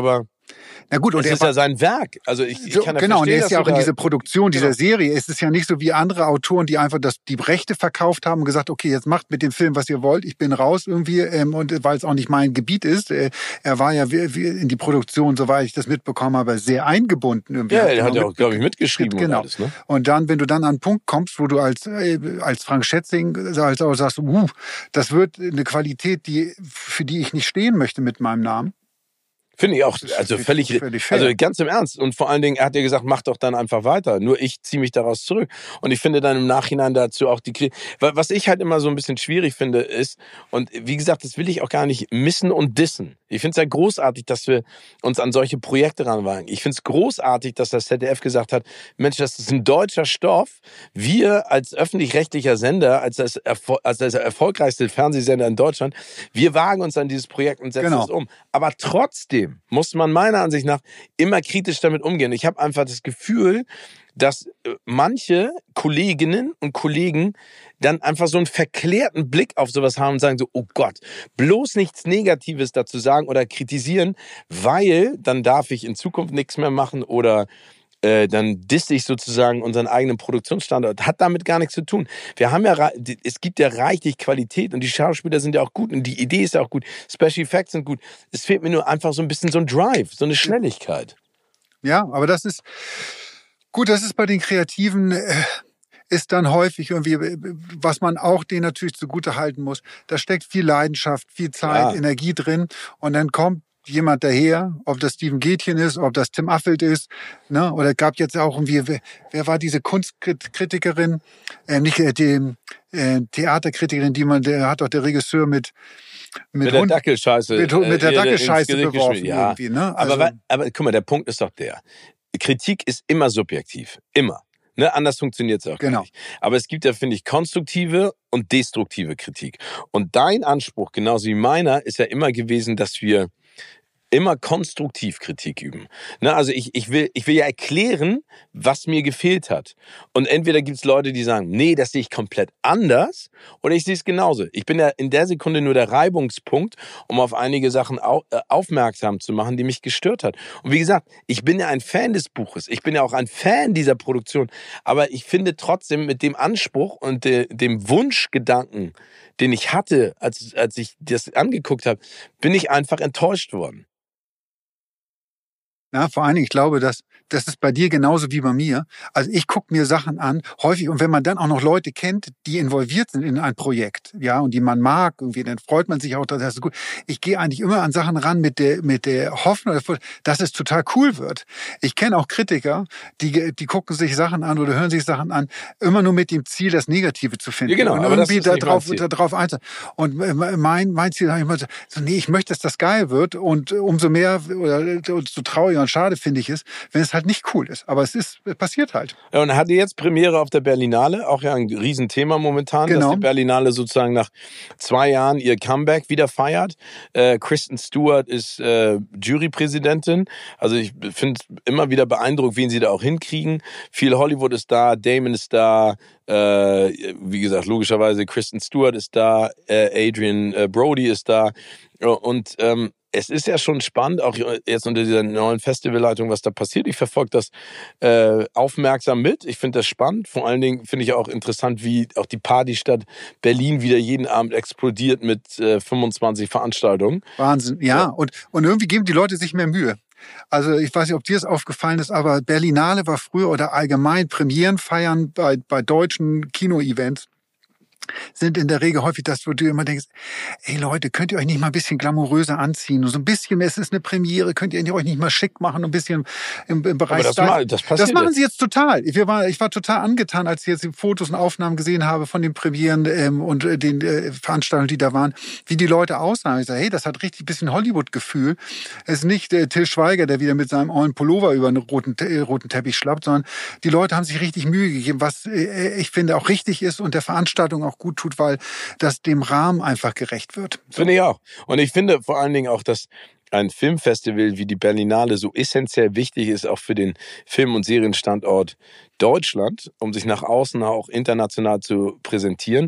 B: Na gut, und
A: es ist ja sein Werk. Also ich kann ja
B: genau, und
A: verstehen,
B: er ist ja auch in dieser Produktion dieser
A: Genau.
B: Serie. Es ist ja nicht so wie andere Autoren, die einfach die Rechte verkauft haben und gesagt, okay, jetzt macht mit dem Film, was ihr wollt, ich bin raus irgendwie, und weil es auch nicht mein Gebiet ist. Er war ja in die Produktion, soweit ich das mitbekommen habe, sehr eingebunden. Irgendwie.
A: Ja, er hat ja auch, glaube ich, mitgeschrieben
B: genau.
A: und alles. Ne?
B: Und dann, wenn du dann an einen Punkt kommst, wo du als Frank Schätzing sagst, das wird eine Qualität, für die ich nicht stehen möchte mit meinem Namen.
A: Finde ich auch, also völlig fair. Also ganz im Ernst. Und vor allen Dingen, er hat ja gesagt, mach doch dann einfach weiter. Nur ich ziehe mich daraus zurück. Und ich finde dann im Nachhinein dazu auch was ich halt immer so ein bisschen schwierig finde, ist, und wie gesagt, das will ich auch gar nicht missen und dissen. Ich finde es ja großartig, dass wir uns an solche Projekte ranwagen. Ich finde es großartig, dass das ZDF gesagt hat, Mensch, das ist ein deutscher Stoff. Wir als öffentlich-rechtlicher Sender, als das erfolgreichste Fernsehsender in Deutschland, wir wagen uns an dieses Projekt und setzen es um. Aber trotzdem muss man meiner Ansicht nach immer kritisch damit umgehen. Ich habe einfach das Gefühl, dass manche Kolleginnen und Kollegen dann einfach so einen verklärten Blick auf sowas haben und sagen so, oh Gott, bloß nichts Negatives dazu sagen oder kritisieren, weil dann darf ich in Zukunft nichts mehr machen oder dann disse ich sozusagen unseren eigenen Produktionsstandort. Hat damit gar nichts zu tun. Es gibt ja reichlich Qualität und die Schauspieler sind ja auch gut und die Idee ist ja auch gut. Special Effects sind gut. Es fehlt mir nur einfach so ein bisschen so ein Drive, so eine Schnelligkeit.
B: Ja, aber das ist bei den Kreativen ist dann häufig irgendwie, was man auch denen natürlich zugute halten muss. Da steckt viel Leidenschaft, viel Zeit, Energie drin und dann kommt jemand daher, ob das Steven Gätchen ist, ob das Tim Affelt ist, ne? Oder gab jetzt auch irgendwie, wer war diese Kunstkritikerin, die Theaterkritikerin, der hat doch der Regisseur mit
A: der Dackelscheiße.
B: Mit der Dackelscheiße beworfen irgendwie, ne?
A: Also, aber guck mal, der Punkt ist doch der. Kritik ist immer subjektiv. Immer. Ne, anders funktioniert es auch gar nicht. Aber es gibt ja, finde ich, konstruktive und destruktive Kritik. Und dein Anspruch, genauso wie meiner, ist ja immer gewesen, dass wir immer konstruktiv Kritik üben. Ne, also ich will ja erklären, was mir gefehlt hat. Und entweder gibt es Leute, die sagen, nee, das sehe ich komplett anders, oder ich sehe es genauso. Ich bin ja in der Sekunde nur der Reibungspunkt, um auf einige Sachen aufmerksam zu machen, die mich gestört hat. Und wie gesagt, ich bin ja ein Fan des Buches. Ich bin ja auch ein Fan dieser Produktion. Aber ich finde trotzdem mit dem Anspruch und dem Wunschgedanken, den ich hatte, als ich das angeguckt habe, bin ich einfach enttäuscht worden.
B: Ja, vor allen Dingen, ich glaube, das ist bei dir genauso wie bei mir. Also ich gucke mir Sachen an, häufig, und wenn man dann auch noch Leute kennt, die involviert sind in ein Projekt, ja, und die man mag, irgendwie, dann freut man sich auch, dass das gut. Ich gehe eigentlich immer an Sachen ran mit der Hoffnung, dass es total cool wird. Ich kenne auch Kritiker, die gucken sich Sachen an oder hören sich Sachen an, immer nur mit dem Ziel, das Negative zu finden.
A: Ja, genau,
B: und irgendwie darauf einzahlen. Und mein Ziel ist immer so, nee, ich möchte, dass das geil wird, und umso mehr oder so trauriger und schade finde ich es, wenn es halt nicht cool ist. Aber es passiert halt.
A: Ja, und er hatte jetzt Premiere auf der Berlinale, auch ja ein Riesenthema momentan,
B: genau,
A: dass die Berlinale sozusagen nach 2 Jahren ihr Comeback wieder feiert. Kristen Stewart ist Jurypräsidentin. Also ich finde es immer wieder beeindruckend, wen sie da auch hinkriegen. Viel Hollywood ist da, Damon ist da, wie gesagt, logischerweise Kristen Stewart ist da, Adrian Brody ist da. Und es ist ja schon spannend, auch jetzt unter dieser neuen Festivalleitung, was da passiert. Ich verfolge das aufmerksam mit. Ich finde das spannend. Vor allen Dingen finde ich auch interessant, wie auch die Partystadt Berlin wieder jeden Abend explodiert mit 25 Veranstaltungen.
B: Wahnsinn, ja. Und irgendwie geben die Leute sich mehr Mühe. Also ich weiß nicht, ob dir das aufgefallen ist, aber Berlinale war früher oder allgemein Premierenfeiern bei deutschen Kino-Events sind in der Regel häufig das, wo du immer denkst, ey Leute, könnt ihr euch nicht mal ein bisschen glamouröser anziehen? Und so ein bisschen, es ist eine Premiere, könnt ihr euch nicht mal schick machen, ein bisschen im Bereich
A: Style. Das
B: machen sie jetzt total. Ich war total angetan, als ich jetzt die Fotos und Aufnahmen gesehen habe von den Premieren und den Veranstaltungen, die da waren, wie die Leute aussahen. Ich sage, hey, das hat richtig ein bisschen Hollywood-Gefühl. Es ist nicht Till Schweiger, der wieder mit seinem ollen Pullover über einen roten Teppich schlappt, sondern die Leute haben sich richtig Mühe gegeben, was ich finde auch richtig ist und der Veranstaltung auch gut tut, weil das dem Rahmen einfach gerecht wird. So.
A: Finde ich auch. Und ich finde vor allen Dingen auch, dass ein Filmfestival wie die Berlinale so essentiell wichtig ist, auch für den Film- und Serienstandort Deutschland, um sich nach außen auch international zu präsentieren.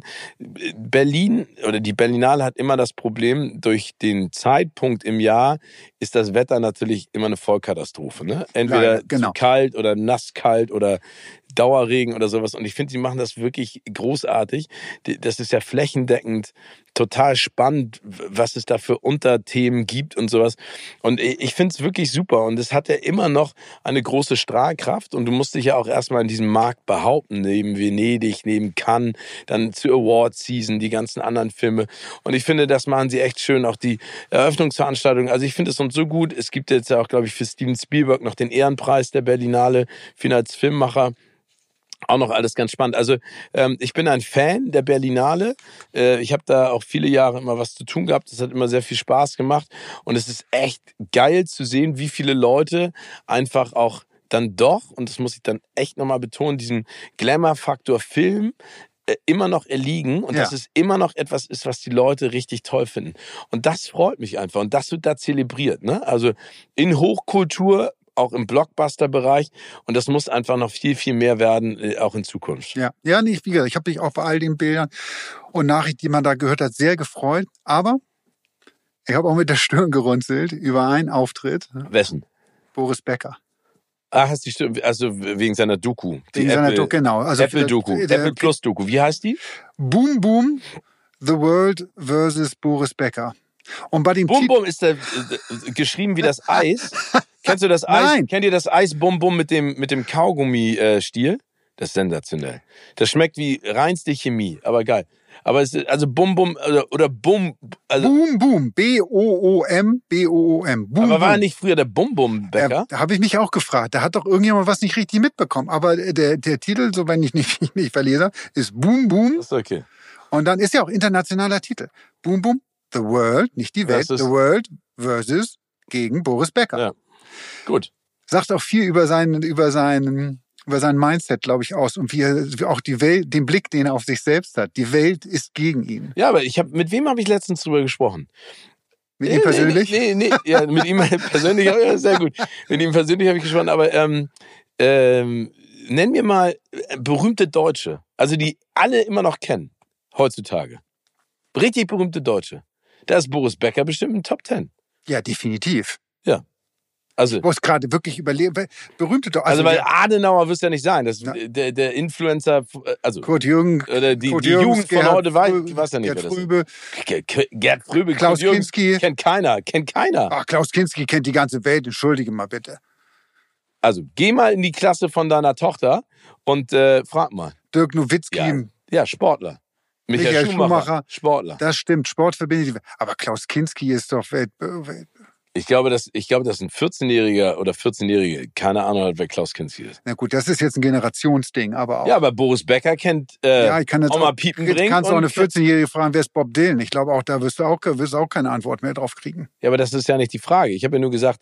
A: Berlin oder die Berlinale hat immer das Problem, durch den Zeitpunkt im Jahr ist das Wetter natürlich immer eine Vollkatastrophe. Ne? Entweder
B: Leider, genau.
A: zu kalt oder nasskalt oder Dauerregen oder sowas. Und ich finde, sie machen das wirklich großartig. Das ist ja flächendeckend total spannend, was es da für Unterthemen gibt und sowas. Und ich finde es wirklich super. Und es hat ja immer noch eine große Strahlkraft. Und du musst dich ja auch erstmal in diesem Markt behaupten, neben Venedig, neben Cannes, dann zur Award-Season, die ganzen anderen Filme. Und ich finde, das machen sie echt schön. Auch die Eröffnungsveranstaltung. Also ich finde es uns so gut. Es gibt jetzt ja auch, glaube ich, für Steven Spielberg noch den Ehrenpreis der Berlinale für ihn als Filmmacher. Auch noch alles ganz spannend. Also ich bin ein Fan der Berlinale. Ich habe da auch viele Jahre immer was zu tun gehabt. Das hat immer sehr viel Spaß gemacht. Und es ist echt geil zu sehen, wie viele Leute einfach auch dann doch, und das muss ich dann echt nochmal betonen, diesem Glamour-Faktor Film immer noch erliegen und dass es immer noch etwas ist, was die Leute richtig toll finden. Und das freut mich einfach. Und das wird da zelebriert. Ne? Also in Hochkultur, auch im Blockbuster-Bereich. Und das muss einfach noch viel, viel mehr werden, auch in Zukunft.
B: Ja, nicht, wie gesagt, ich habe mich auch bei all den Bildern und Nachrichten, die man da gehört hat, sehr gefreut. Aber ich habe auch mit der Stirn gerunzelt über einen Auftritt.
A: Wessen?
B: Boris Becker.
A: Ach, hast die Stimmt, also wegen seiner Doku.
B: Wegen seiner Doku, genau. Also
A: Apple-Doku, Apple Plus Doku. Wie heißt die?
B: Boom Boom, The World versus Boris Becker. Und bei dem
A: Bum Bum ist geschrieben wie das Eis. Kennst du das Eis?
B: Nein.
A: Kennt ihr das Eis Bum Bum mit dem Kaugummi-Stiel? Das ist sensationell. Das schmeckt wie reinste Chemie, aber geil. Aber es ist also Bum Bum oder Bum. Also,
B: Boom Boom, B-O-O-M, B-O-O-M. Boom,
A: aber war
B: Boom.
A: nicht früher der Bum Bum Bäcker?
B: Da habe ich mich auch gefragt. Da hat doch irgendjemand was nicht richtig mitbekommen. Aber der Titel, so wenn ich nicht verlese, ist Boom Boom.
A: Das ist okay.
B: Und dann ist ja auch internationaler Titel. Boom Boom, The World, nicht die Welt, The World versus gegen Boris Becker.
A: Ja. Gut.
B: Sagt auch viel über sein Mindset, glaube ich, aus und wie auch die Welt, den Blick, den er auf sich selbst hat. Die Welt ist gegen ihn.
A: Ja, aber mit wem habe ich letztens drüber gesprochen?
B: Mit ihm persönlich?
A: Nee. Ja, mit ihm persönlich, ja, sehr gut. Mit ihm persönlich habe ich gesprochen, aber nenn mir mal berühmte Deutsche, also die alle immer noch kennen, heutzutage. Richtig berühmte Deutsche. Da ist Boris Becker bestimmt in Top 10.
B: Ja, definitiv.
A: Ja. Also,
B: ich muss gerade wirklich überlegen, berühmte doch.
A: Also weil Adenauer wirst ja nicht sein. Das, der Influencer, also
B: Kurt Jürgen,
A: oder die
B: Kurt
A: Jugend von heute weiß ja nicht,
B: Gerd
A: wer
B: Fröbe,
A: das ist. Gerd Fröbe,
B: Klaus Kinski.
A: Kennt keiner.
B: Ach, Klaus Kinski kennt die ganze Welt, entschuldige mal bitte.
A: Also, geh mal in die Klasse von deiner Tochter und frag mal.
B: Dirk Nowitzki.
A: Ja, Sportler. Michael Schumacher, Sportler.
B: Das stimmt, Sport verbindet die Welt. Aber Klaus Kinski ist doch Welt.
A: Ich glaube, dass ein 14-Jähriger oder 14-Jährige keine Ahnung hat, wer Klaus Kinski ist.
B: Na gut, das ist jetzt ein Generationsding, aber auch.
A: Ja, aber Boris Becker kennt
B: ich kann jetzt
A: auch mal Piepen bringen.
B: Kannst du auch eine 14-Jährige fragen, wer ist Bob Dylan? Ich glaube auch, da wirst du auch keine Antwort mehr drauf kriegen.
A: Ja, aber das ist ja nicht die Frage. Ich habe ja nur gesagt,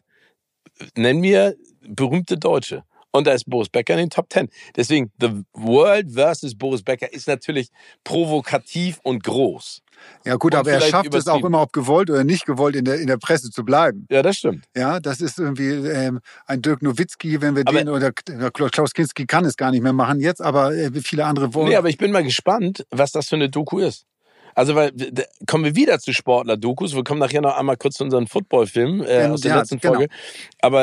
A: nenn mir berühmte Deutsche. Und da ist Boris Becker in den Top 10. Deswegen, The World versus Boris Becker ist natürlich provokativ und groß.
B: Ja gut, aber er schafft es auch immer, ob gewollt oder nicht gewollt, in der Presse zu bleiben.
A: Ja, das stimmt.
B: Ja, das ist irgendwie ein Dirk Nowitzki, wenn wir oder Klaus Kinski kann es gar nicht mehr machen jetzt, aber viele andere wollen.
A: Nee, aber ich bin mal gespannt, was das für eine Doku ist. Also, weil, kommen wir wieder zu Sportler-Dokus. Wir kommen nachher noch einmal kurz zu unserem Football-Film aus der letzten Folge. Genau. Aber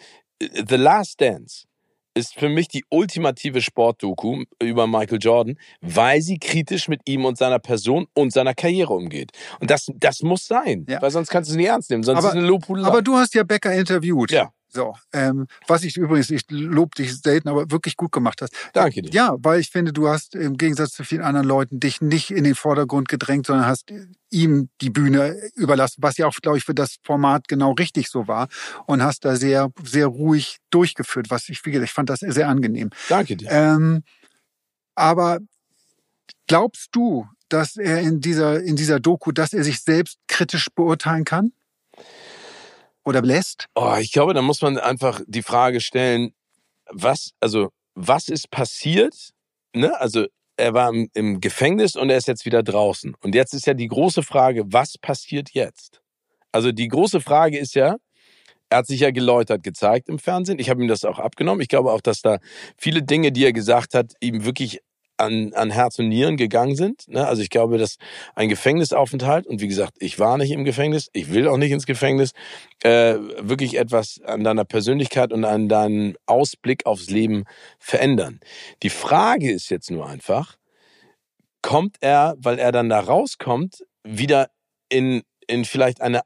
A: The Last Dance ist für mich die ultimative Sportdoku über Michael Jordan, weil sie kritisch mit ihm und seiner Person und seiner Karriere umgeht. Und das muss sein, weil sonst kannst du es nicht ernst nehmen, sonst ist es eine Lobhudelei.
B: Aber du hast ja Becker interviewt.
A: Ja.
B: So, was ich übrigens, ich lobe dich selten, aber wirklich gut gemacht hast.
A: Danke dir.
B: Ja, weil ich finde, du hast im Gegensatz zu vielen anderen Leuten dich nicht in den Vordergrund gedrängt, sondern hast ihm die Bühne überlassen, was ja auch, glaube ich, für das Format genau richtig so war und hast da sehr, sehr ruhig durchgeführt, ich fand das sehr angenehm.
A: Danke dir.
B: Aber glaubst du, dass er in dieser Doku, dass er sich selbst kritisch beurteilen kann? Oder lässt?
A: Ich glaube, da muss man einfach die Frage stellen, was ist passiert? Ne? Also er war im Gefängnis und er ist jetzt wieder draußen. Und jetzt ist ja die große Frage, was passiert jetzt? Also die große Frage ist ja, er hat sich ja geläutert gezeigt im Fernsehen. Ich habe ihm das auch abgenommen. Ich glaube auch, dass da viele Dinge, die er gesagt hat, ihm wirklich an Herz und Nieren gegangen sind. Ne? Also ich glaube, dass ein Gefängnisaufenthalt, und wie gesagt, ich war nicht im Gefängnis, ich will auch nicht ins Gefängnis, wirklich etwas an deiner Persönlichkeit und an deinem Ausblick aufs Leben verändern. Die Frage ist jetzt nur einfach, kommt er, weil er dann da rauskommt, wieder in vielleicht in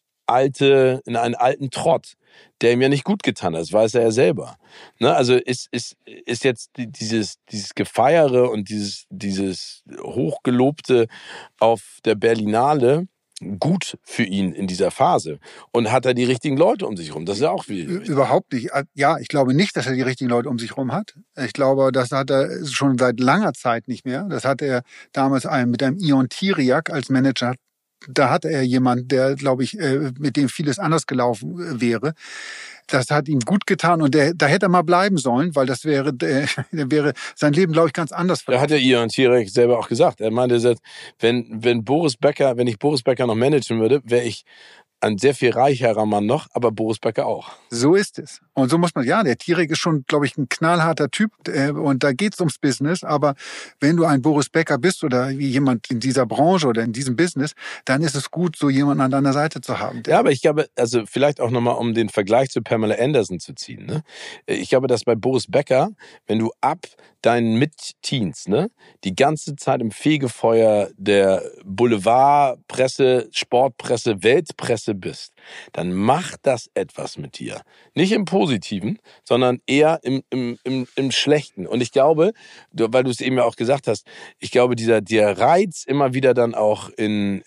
A: einen alten Trott, der ihm ja nicht gut getan hat, das weiß er ja selber. Ne? Also ist jetzt dieses Gefeiere und dieses Hochgelobte auf der Berlinale gut für ihn in dieser Phase? Und hat er die richtigen Leute um sich herum? Das ist ja auch wie
B: Überhaupt nicht. Ja, ich glaube nicht, dass er die richtigen Leute um sich herum hat. Ich glaube, das hat er schon seit langer Zeit nicht mehr. Das hat er damals mit einem Ion Tiriac als Manager. Da hatte er jemanden, der, glaube ich, mit dem vieles anders gelaufen wäre. Das hat ihm gut getan und da hätte er mal bleiben sollen, weil das wäre sein Leben, glaube ich, ganz anders
A: verlaufen. Da hat ja Ion Tiriac selber auch gesagt. Er meinte, wenn ich Boris Becker noch managen würde, wäre ich ein sehr viel reicherer Mann noch, aber Boris Becker auch.
B: So ist es. Und so muss man, der Tiriac ist schon, glaube ich, ein knallharter Typ und da geht's ums Business, aber wenn du ein Boris Becker bist oder wie jemand in dieser Branche oder in diesem Business, dann ist es gut, so jemanden an deiner Seite zu haben.
A: Ja, aber ich glaube, also vielleicht auch nochmal, um den Vergleich zu Pamela Anderson zu ziehen, ne? Ich glaube, dass bei Boris Becker, wenn du ab deinen Mid-Teens, ne, die ganze Zeit im Fegefeuer der Boulevardpresse, Sportpresse, Weltpresse bist, dann macht das etwas mit dir. Nicht im Positiven, sondern eher im Schlechten. Und ich glaube, weil du es eben ja auch gesagt hast, ich glaube, der Reiz, immer wieder dann auch in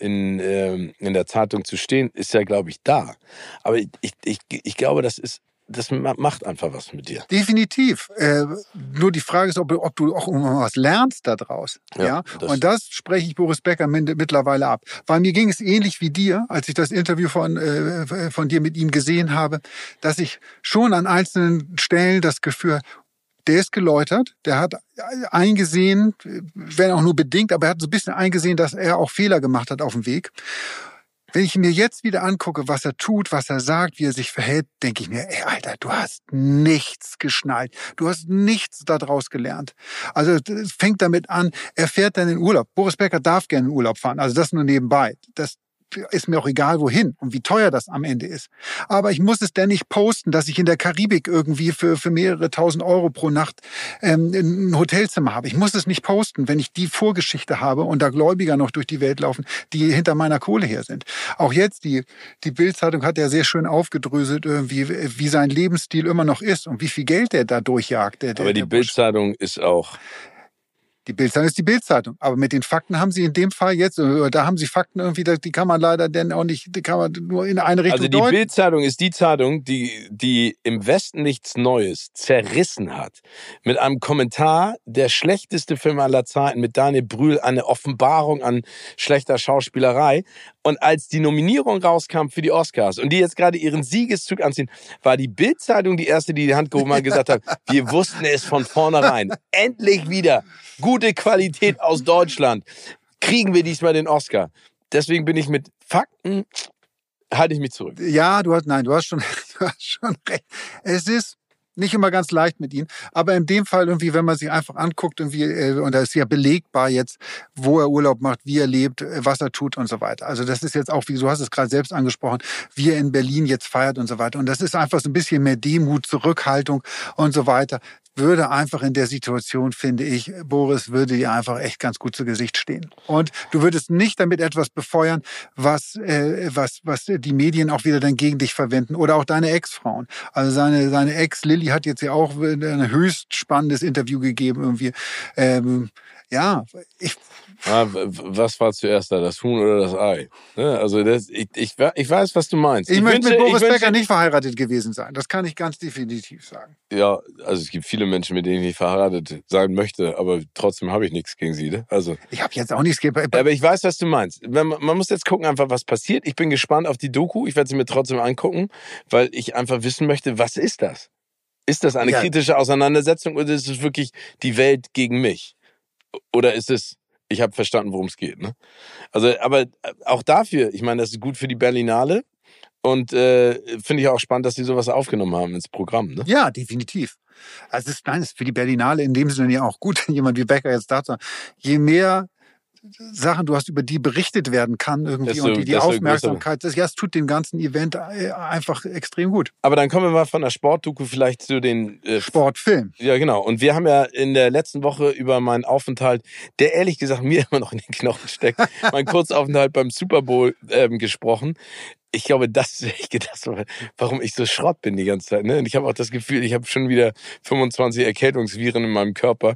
A: der Zeitung zu stehen, ist ja, glaube ich, da. Aber ich glaube, das macht einfach was mit dir.
B: Definitiv. Nur die Frage ist, ob du auch was lernst daraus. Ja? Und das spreche ich Boris Becker mittlerweile ab. Weil mir ging es ähnlich wie dir, als ich das Interview von dir mit ihm gesehen habe, dass ich schon an einzelnen Stellen das Gefühl, der ist geläutert, der hat eingesehen, wenn auch nur bedingt, aber er hat so ein bisschen eingesehen, dass er auch Fehler gemacht hat auf dem Weg. Wenn ich mir jetzt wieder angucke, was er tut, was er sagt, wie er sich verhält, denke ich mir, ey, Alter, du hast nichts geschnallt. Du hast nichts daraus gelernt. Also es fängt damit an, er fährt dann in Urlaub. Boris Becker darf gerne in Urlaub fahren. Also das nur nebenbei. Das ist mir auch egal, wohin und wie teuer das am Ende ist. Aber ich muss es denn nicht posten, dass ich in der Karibik irgendwie für mehrere tausend Euro pro Nacht ein Hotelzimmer habe. Ich muss es nicht posten, wenn ich die Vorgeschichte habe und da Gläubiger noch durch die Welt laufen, die hinter meiner Kohle her sind. Auch jetzt, die Bild-Zeitung hat ja sehr schön aufgedröselt, wie sein Lebensstil immer noch ist und wie viel Geld der da durchjagt.
A: Aber die Bild-Zeitung ist auch...
B: Die Bild-Zeitung ist die Bild-Zeitung. Aber mit den Fakten haben sie in dem Fall jetzt, da haben sie Fakten irgendwie, die kann man leider denn auch nicht, die kann man nur in eine Richtung
A: deuten. Also die Bild-Zeitung ist die Zeitung, die im Westen nichts Neues zerrissen hat. Mit einem Kommentar, der schlechteste Film aller Zeiten, mit Daniel Brühl, eine Offenbarung an schlechter Schauspielerei. Und als die Nominierung rauskam für die Oscars und die jetzt gerade ihren Siegeszug anziehen, war die Bild-Zeitung die erste, die Hand gehoben hat und gesagt hat, wir wussten es von vornherein. Endlich wieder gute Qualität aus Deutschland. Kriegen wir diesmal den Oscar. Deswegen bin ich mit Fakten, halte ich mich zurück.
B: Ja, du hast schon recht. Es ist nicht immer ganz leicht mit ihm, aber in dem Fall irgendwie, wenn man sich einfach anguckt, irgendwie, und da ist ja belegbar jetzt, wo er Urlaub macht, wie er lebt, was er tut und so weiter. Also das ist jetzt auch, wie du hast es gerade selbst angesprochen, wie er in Berlin jetzt feiert und so weiter. Und das ist einfach so ein bisschen mehr Demut, Zurückhaltung und so weiter. Würde einfach in der Situation, finde ich, Boris, würde dir einfach echt ganz gut zu Gesicht stehen. Und du würdest nicht damit etwas befeuern, was die Medien auch wieder dann gegen dich verwenden oder auch deine Ex-Frauen. Also seine Ex Lilly hat jetzt ja auch ein höchst spannendes Interview gegeben irgendwie.
A: Was war zuerst da, das Huhn oder das Ei? Also ich weiß, was du meinst.
B: Ich möchte mit Boris Becker nicht verheiratet gewesen sein. Das kann ich ganz definitiv sagen.
A: Ja, also es gibt viele Menschen, mit denen ich nicht verheiratet sein möchte, aber trotzdem habe ich nichts gegen sie. Ne? Also
B: ich habe jetzt auch nichts gegen.
A: Aber ich weiß, was du meinst. Man muss jetzt gucken, einfach was passiert. Ich bin gespannt auf die Doku. Ich werde sie mir trotzdem angucken, weil ich einfach wissen möchte, was ist das? Ist das eine kritische Auseinandersetzung oder ist es wirklich die Welt gegen mich? Oder ist es ich habe verstanden, worum es geht. Ne? Also, aber auch dafür, ich meine, das ist gut für die Berlinale. Und finde ich auch spannend, dass sie sowas aufgenommen haben ins Programm. Ne?
B: Ja, definitiv. Also es ist für die Berlinale in dem Sinne ja auch gut, jemand wie Becker jetzt da zu haben. Je mehr Sachen du hast, über die berichtet werden kann irgendwie und die Aufmerksamkeit, es tut dem ganzen Event einfach extrem gut.
A: Aber dann kommen wir mal von der Sportdoku vielleicht zu den
B: Sportfilm.
A: Ja, genau. Und wir haben ja in der letzten Woche über meinen Aufenthalt, der ehrlich gesagt mir immer noch in den Knochen steckt, meinen Kurzaufenthalt beim Super Bowl gesprochen. Ich glaube, das ist echt das, warum ich so Schrott bin die ganze Zeit. Ne? Und ich habe auch das Gefühl, ich habe schon wieder 25 Erkältungsviren in meinem Körper.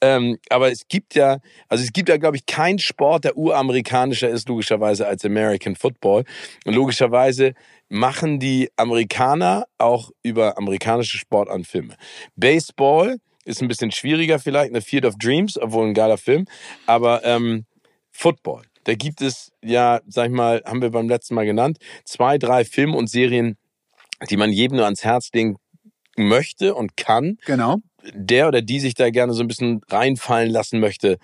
A: Aber es gibt ja, glaube ich, keinen Sport, der uramerikanischer ist, logischerweise, als American Football. Und logischerweise machen die Amerikaner auch über amerikanische Sportarten Filme. Baseball ist ein bisschen schwieriger vielleicht, eine Field of Dreams, obwohl ein geiler Film. Aber Football. Da gibt es ja, sag ich mal, haben wir beim letzten Mal genannt, 2, 3 Filme und Serien, die man jedem nur ans Herz legen möchte und kann.
B: Genau.
A: Der oder die sich da gerne so ein bisschen reinfallen lassen möchte,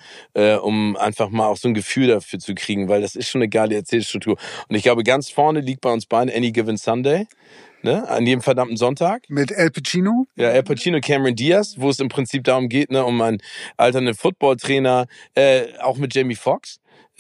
A: um einfach mal auch so ein Gefühl dafür zu kriegen, weil das ist schon eine geile Erzählstruktur. Und ich glaube, ganz vorne liegt bei uns beiden Any Given Sunday. Ne, an jedem verdammten Sonntag.
B: Mit Al Pacino?
A: Ja, Al Pacino, Cameron Diaz, wo es im Prinzip darum geht, ne, um einen alternden Footballtrainer, auch mit Jamie Foxx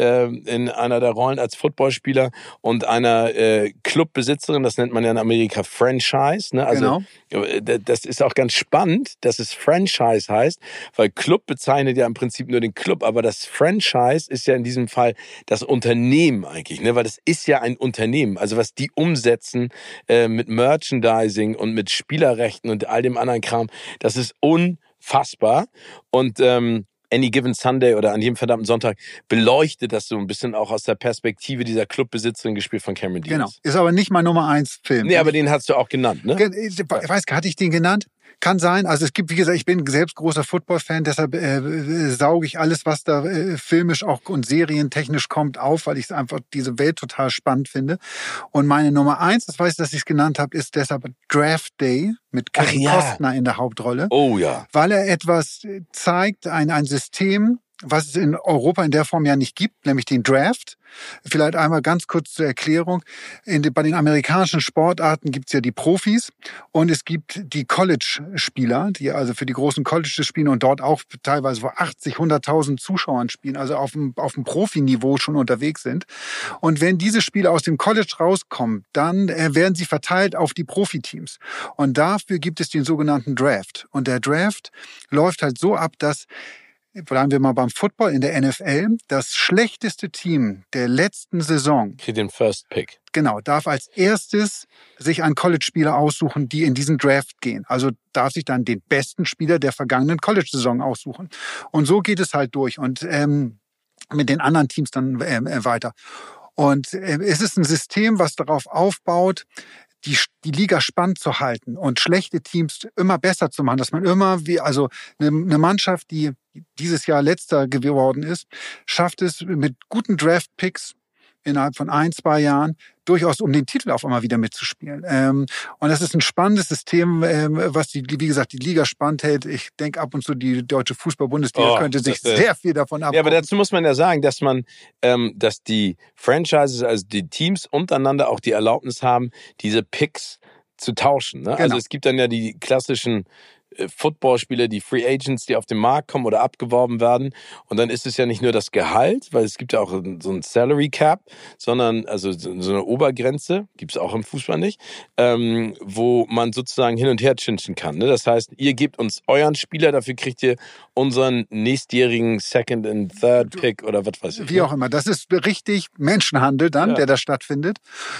A: in einer der Rollen als Footballspieler und einer Clubbesitzerin, das nennt man ja in Amerika Franchise. Ne? Also das ist auch ganz spannend, dass es Franchise heißt, weil Club bezeichnet ja im Prinzip nur den Club, aber das Franchise ist ja in diesem Fall das Unternehmen eigentlich, ne? Weil das ist ja ein Unternehmen. Also was die umsetzen mit Merchandising und mit Spielerrechten und all dem anderen Kram, das ist unfassbar. Und Any Given Sunday oder an jedem verdammten Sonntag beleuchtet das so ein bisschen auch aus der Perspektive dieser Clubbesitzerin, gespielt von Cameron Diaz.
B: Genau. Ist aber nicht mein Nummer 1 Film.
A: Nee, aber den hast du auch genannt, ne?
B: Ich weiß, hatte ich den genannt? Kann sein. Also es gibt, wie gesagt, ich bin selbst großer Football-Fan, deshalb sauge ich alles, was da filmisch auch und serientechnisch kommt, auf, weil ich einfach diese Welt total spannend finde. Und meine Nummer 1, das weiß ich, dass ich es genannt habe, ist deshalb Draft Day mit Kevin Costner in der Hauptrolle.
A: Oh ja.
B: Weil er etwas zeigt, ein System, was es in Europa in der Form ja nicht gibt, nämlich den Draft. Vielleicht einmal ganz kurz zur Erklärung. Bei den amerikanischen Sportarten gibt es ja die Profis und es gibt die College-Spieler, die also für die großen Colleges spielen und dort auch teilweise vor 80, 100.000 Zuschauern spielen, also auf dem Profiniveau schon unterwegs sind. Und wenn diese Spieler aus dem College rauskommen, dann werden sie verteilt auf die Profiteams. Und dafür gibt es den sogenannten Draft. Und der Draft läuft halt so ab, dass, bleiben wir mal beim Football, in der NFL, das schlechteste Team der letzten Saison
A: kriegt den First Pick.
B: Genau, darf als erstes sich einen College-Spieler aussuchen, die in diesen Draft gehen. Also darf sich dann den besten Spieler der vergangenen College-Saison aussuchen. Und so geht es halt durch und mit den anderen Teams dann weiter. Und es ist ein System, was darauf aufbaut, die Liga spannend zu halten und schlechte Teams immer besser zu machen, dass man immer also eine Mannschaft, die dieses Jahr Letzter geworden ist, schafft es mit guten Draft-Picks innerhalb von 1, 2 Jahren durchaus um den Titel auf einmal wieder mitzuspielen. Und das ist ein spannendes System, was wie gesagt, die Liga spannend hält. Ich denke ab und zu, die deutsche Fußball-Bundesliga könnte sich sehr viel davon abgucken.
A: Ja, aber dazu muss man ja sagen, dass die Franchises, also die Teams untereinander auch die Erlaubnis haben, diese Picks zu tauschen. Ne? Genau. Also es gibt dann ja die klassischen Footballspieler, die Free Agents, die auf den Markt kommen oder abgeworben werden. Und dann ist es ja nicht nur das Gehalt, weil es gibt ja auch so ein Salary Cap, sondern also so eine Obergrenze, gibt es auch im Fußball nicht, wo man sozusagen hin und her chinchen kann. Ne? Das heißt, ihr gebt uns euren Spieler, dafür kriegt ihr unseren nächstjährigen Second and Third Pick oder was weiß ich.
B: Wie auch immer. Das ist richtig Menschenhandel dann, der da stattfindet.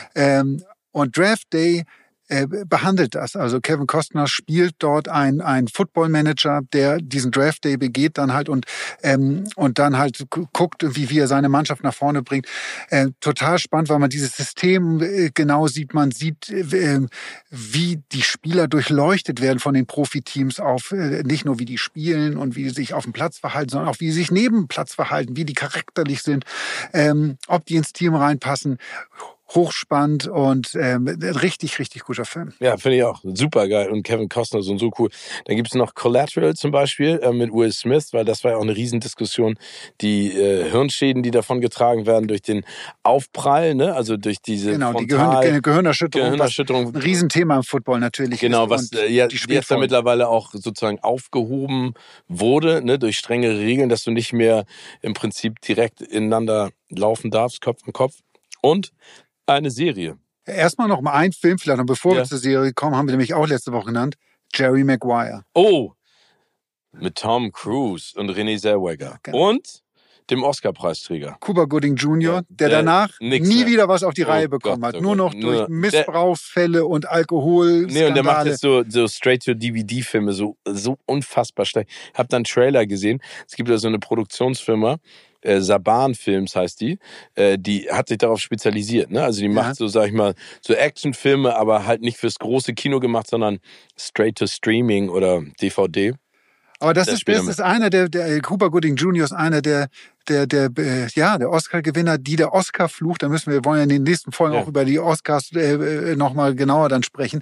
B: Und Draft Day behandelt das. Also Kevin Costner spielt dort ein Football-Manager, der diesen Draft Day begeht dann halt und dann halt guckt, wie er seine Mannschaft nach vorne bringt. Total spannend, weil man dieses System genau sieht. Man sieht, wie die Spieler durchleuchtet werden von den Profiteams auf nicht nur wie die spielen und wie sie sich auf dem Platz verhalten, sondern auch wie sie sich neben dem Platz verhalten, wie die charakterlich sind, ob die ins Team reinpassen. hochspannend und richtig, richtig guter Film.
A: Ja, finde ich auch. Super geil. Und Kevin Costner ist so cool. Dann gibt es noch Collateral zum Beispiel mit Will Smith, weil das war ja auch eine Riesendiskussion. Die Hirnschäden, die davon getragen werden durch den Aufprall, ne? Also durch diese
B: Gehirnerschütterung.
A: Gehirnerschütterung.
B: Was ein Riesenthema im Football natürlich
A: genau,
B: ist.
A: Was jetzt ja mittlerweile auch sozusagen aufgehoben wurde, ne? Durch strengere Regeln, dass du nicht mehr im Prinzip direkt ineinander laufen darfst, Kopf an Kopf. Und eine Serie.
B: Erstmal noch mal ein Film, vielleicht noch bevor wir zur Serie kommen, haben wir nämlich auch letzte Woche genannt. Jerry Maguire.
A: Oh, mit Tom Cruise und Renée Zellweger. Genau. Und dem Oscar-Preisträger.
B: Cuba Gooding Jr., der danach nie wieder was auf die Reihe bekommen hat. Nur noch durch Missbrauchsfälle und Alkohol.
A: Nee, und der macht jetzt so Straight-to-DVD-Filme, so unfassbar schlecht. Ich habe dann einen Trailer gesehen. Es gibt da so eine Produktionsfirma, Saban Films heißt die hat sich darauf spezialisiert, ne? Also die macht so, sag ich mal, so Actionfilme, aber halt nicht fürs große Kino gemacht, sondern straight to Streaming oder DVD.
B: Aber das ist einer der Cuba Gooding Jr. ist einer der Oscar-Gewinner, die der Oscar-Fluch, wir wollen ja in den nächsten Folgen auch über die Oscars nochmal genauer dann sprechen,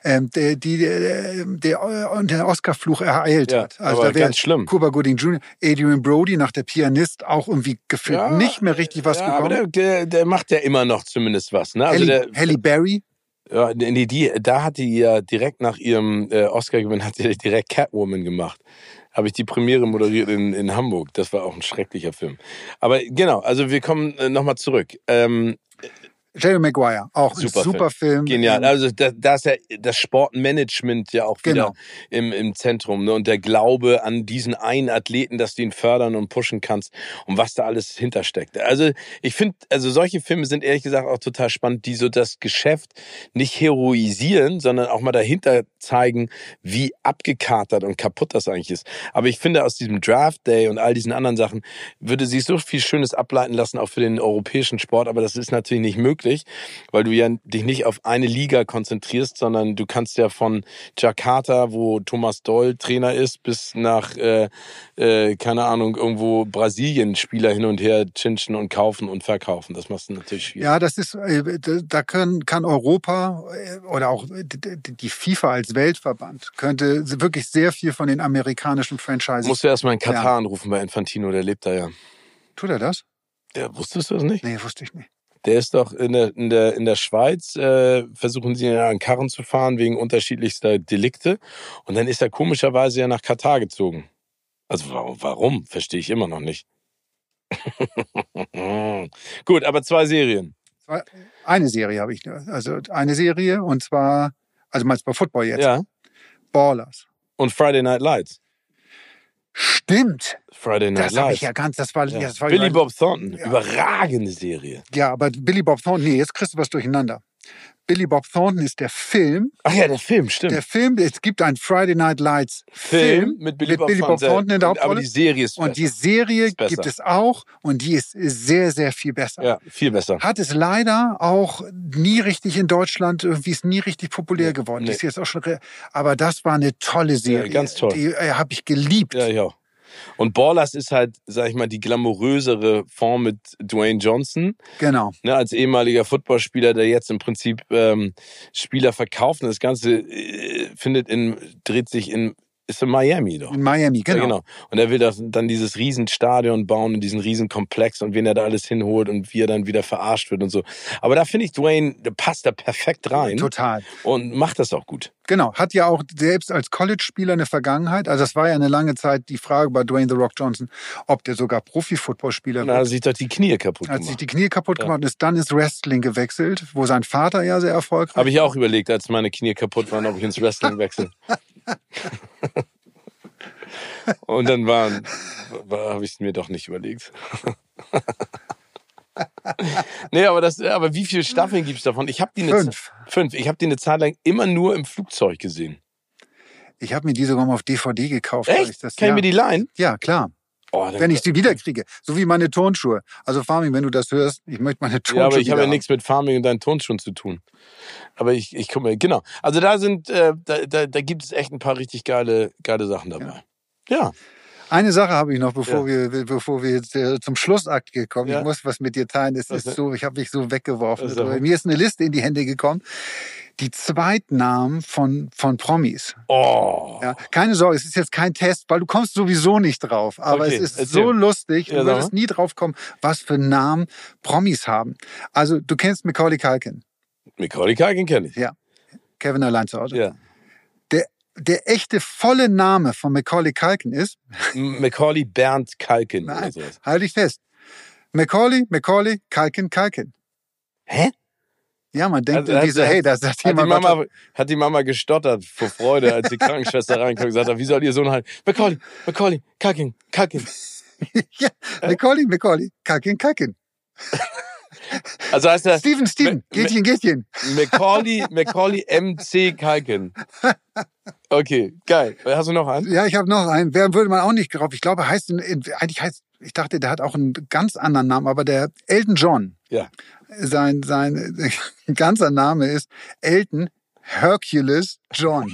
B: der Oscar-Fluch ereilt hat. Also
A: aber da ganz schlimm.
B: Cuba Gooding Jr., Adrian Brody nach Der Pianist auch irgendwie gefühlt nicht mehr richtig was gekommen.
A: Aber der macht ja immer noch zumindest was, ne? Also
B: Halle Berry.
A: Ja, da hat die ja direkt nach ihrem Oscar-Gewinn direkt Catwoman gemacht. Habe ich die Premiere moderiert in Hamburg. Das war auch ein schrecklicher Film. Aber genau, also wir kommen nochmal zurück.
B: Jerry Maguire, auch ein super Film.
A: Genial. Also da ist ja das Sportmanagement ja auch wieder im Zentrum. Ne? Und der Glaube an diesen einen Athleten, dass du ihn fördern und pushen kannst und was da alles hintersteckt. Also ich finde, solche Filme sind ehrlich gesagt auch total spannend, die so das Geschäft nicht heroisieren, sondern auch mal dahinter zeigen, wie abgekatert und kaputt das eigentlich ist. Aber ich finde, aus diesem Draft Day und all diesen anderen Sachen würde sich so viel Schönes ableiten lassen, auch für den europäischen Sport. Aber das ist natürlich nicht möglich, weil du ja dich nicht auf eine Liga konzentrierst, sondern du kannst ja von Jakarta, wo Thomas Doll Trainer ist, bis nach, keine Ahnung, irgendwo Brasilien Spieler hin und her chinchen und kaufen und verkaufen. Das machst du natürlich schwierig.
B: Ja, da kann Europa oder auch die FIFA als Weltverband könnte wirklich sehr viel von den amerikanischen Franchises.
A: Musst du erstmal in Katar anrufen bei Infantino, der lebt da ja.
B: Tut er das?
A: Ja, wusstest du das nicht?
B: Nee, wusste ich nicht.
A: Der ist doch in der Schweiz, versuchen sie einen Karren zu fahren wegen unterschiedlichster Delikte. Und dann ist er komischerweise ja nach Katar gezogen. Also warum? Verstehe ich immer noch nicht. Gut, aber 2 Serien.
B: Eine Serie habe ich. Also eine Serie und zwar, also meinst du bei Football jetzt?
A: Ja.
B: Ballers.
A: Und Friday Night Lights.
B: Stimmt.
A: Friday Night Lights.
B: Das war
A: Billy Bob Thornton, überragende Serie.
B: Ja, aber Billy Bob Thornton, jetzt kriegst du was durcheinander. Billy Bob Thornton ist der Film.
A: Ach ja, der Film, stimmt.
B: Der Film, es gibt einen Friday Night Lights Film
A: mit Billy Bob
B: Thornton in der Hauptrolle.
A: Aber die Serie ist besser.
B: Und die Serie gibt es auch und die ist sehr, sehr viel besser.
A: Ja, viel besser.
B: Hat es leider auch nie richtig in Deutschland, irgendwie ist nie richtig populär geworden. Die ist jetzt auch schon, aber das war eine tolle Serie.
A: Ja, ganz toll.
B: Die habe ich geliebt.
A: Ja, ich auch. Und Ballers ist halt, sag ich mal, die glamourösere Form mit Dwayne Johnson.
B: Genau.
A: Ne, als ehemaliger Footballspieler, der jetzt im Prinzip Spieler verkauft. Und das Ganze ist in Miami doch.
B: In Miami, genau.
A: Ja, genau. Und er will dann dieses Riesenstadion bauen und diesen Riesenkomplex und wen er da alles hinholt und wie er dann wieder verarscht wird und so. Aber da finde ich, Dwayne, der passt da perfekt rein.
B: Total.
A: Und macht das auch gut.
B: Genau. Hat ja auch selbst als College-Spieler eine Vergangenheit. Also das war ja eine lange Zeit die Frage bei Dwayne The Rock Johnson, ob der sogar Profi-Footballspieler wird.
A: Da hat sich doch die Knie kaputt gemacht.
B: Hat sich die Knie kaputt gemacht und ist dann ins Wrestling gewechselt, wo sein Vater ja sehr erfolgreich war.
A: Habe ich auch überlegt, als meine Knie kaputt waren, ob ich ins Wrestling wechsle. Und dann habe ich es mir doch nicht überlegt. Nee, aber wie viele Staffeln gibt es davon? 5. Ich habe die eine Zeit lang immer nur im Flugzeug gesehen.
B: Ich habe mir die sogar mal auf DVD gekauft.
A: Echt? Kann ich mir die leihen?
B: Ja, klar.
A: Oh,
B: wenn ich sie wiederkriege. So wie meine Turnschuhe. Also Farming, wenn du das hörst, ich möchte meine Turnschuhe.
A: Ja, aber ich habe ja nichts mit Farming und deinen Turnschuhen zu tun. Aber ich gucke mir, genau. Also da gibt es echt ein paar richtig geile Sachen dabei. Ja.
B: Eine Sache habe ich noch,
A: Ja.
B: bevor wir jetzt zum Schlussakt gekommen.
A: Ja.
B: Ich muss was mit dir teilen. Es
A: Was
B: ist so, ich habe mich so weggeworfen.
A: Was denn?
B: Mir ist eine Liste in die Hände gekommen. Die Zweitnamen von Promis.
A: Oh.
B: Ja, keine Sorge, es ist jetzt kein Test, weil du kommst sowieso nicht drauf. Aber
A: Okay,
B: es ist
A: erzähl.
B: so lustig.
A: Ja,
B: Du
A: sag
B: würdest nie drauf kommen, was für Namen Promis haben. Also, du kennst Macaulay Culkin.
A: Macaulay Culkin kenne ich.
B: Ja. Kevin allein zu Hause.
A: Ja.
B: Der echte volle Name von Macaulay Culkin ist,
A: Macaulay Bernd Culkin oder
B: nein,
A: sowas.
B: halt dich fest. Macaulay, Culkin.
A: Hä?
B: Ja, man denkt
A: Also,
B: irgendwie so, hey, da sagt jemand was.
A: Hat die Mama gestottert vor Freude, als die Krankenschwester reinkommt und gesagt hat, wie soll ihr Sohn halt? Macaulay, Culkin.
B: Ja, Macaulay, Culkin.
A: Also heißt er
B: Steven, Gätchen.
A: Macaulay MC Culkin. Okay, geil. Hast du noch einen?
B: Ja, ich habe noch einen. Wer würde man auch nicht drauf? Ich glaube, ich dachte, der hat auch einen ganz anderen Namen, aber der Elton John.
A: Ja.
B: Sein ganzer Name ist Elton Hercules John.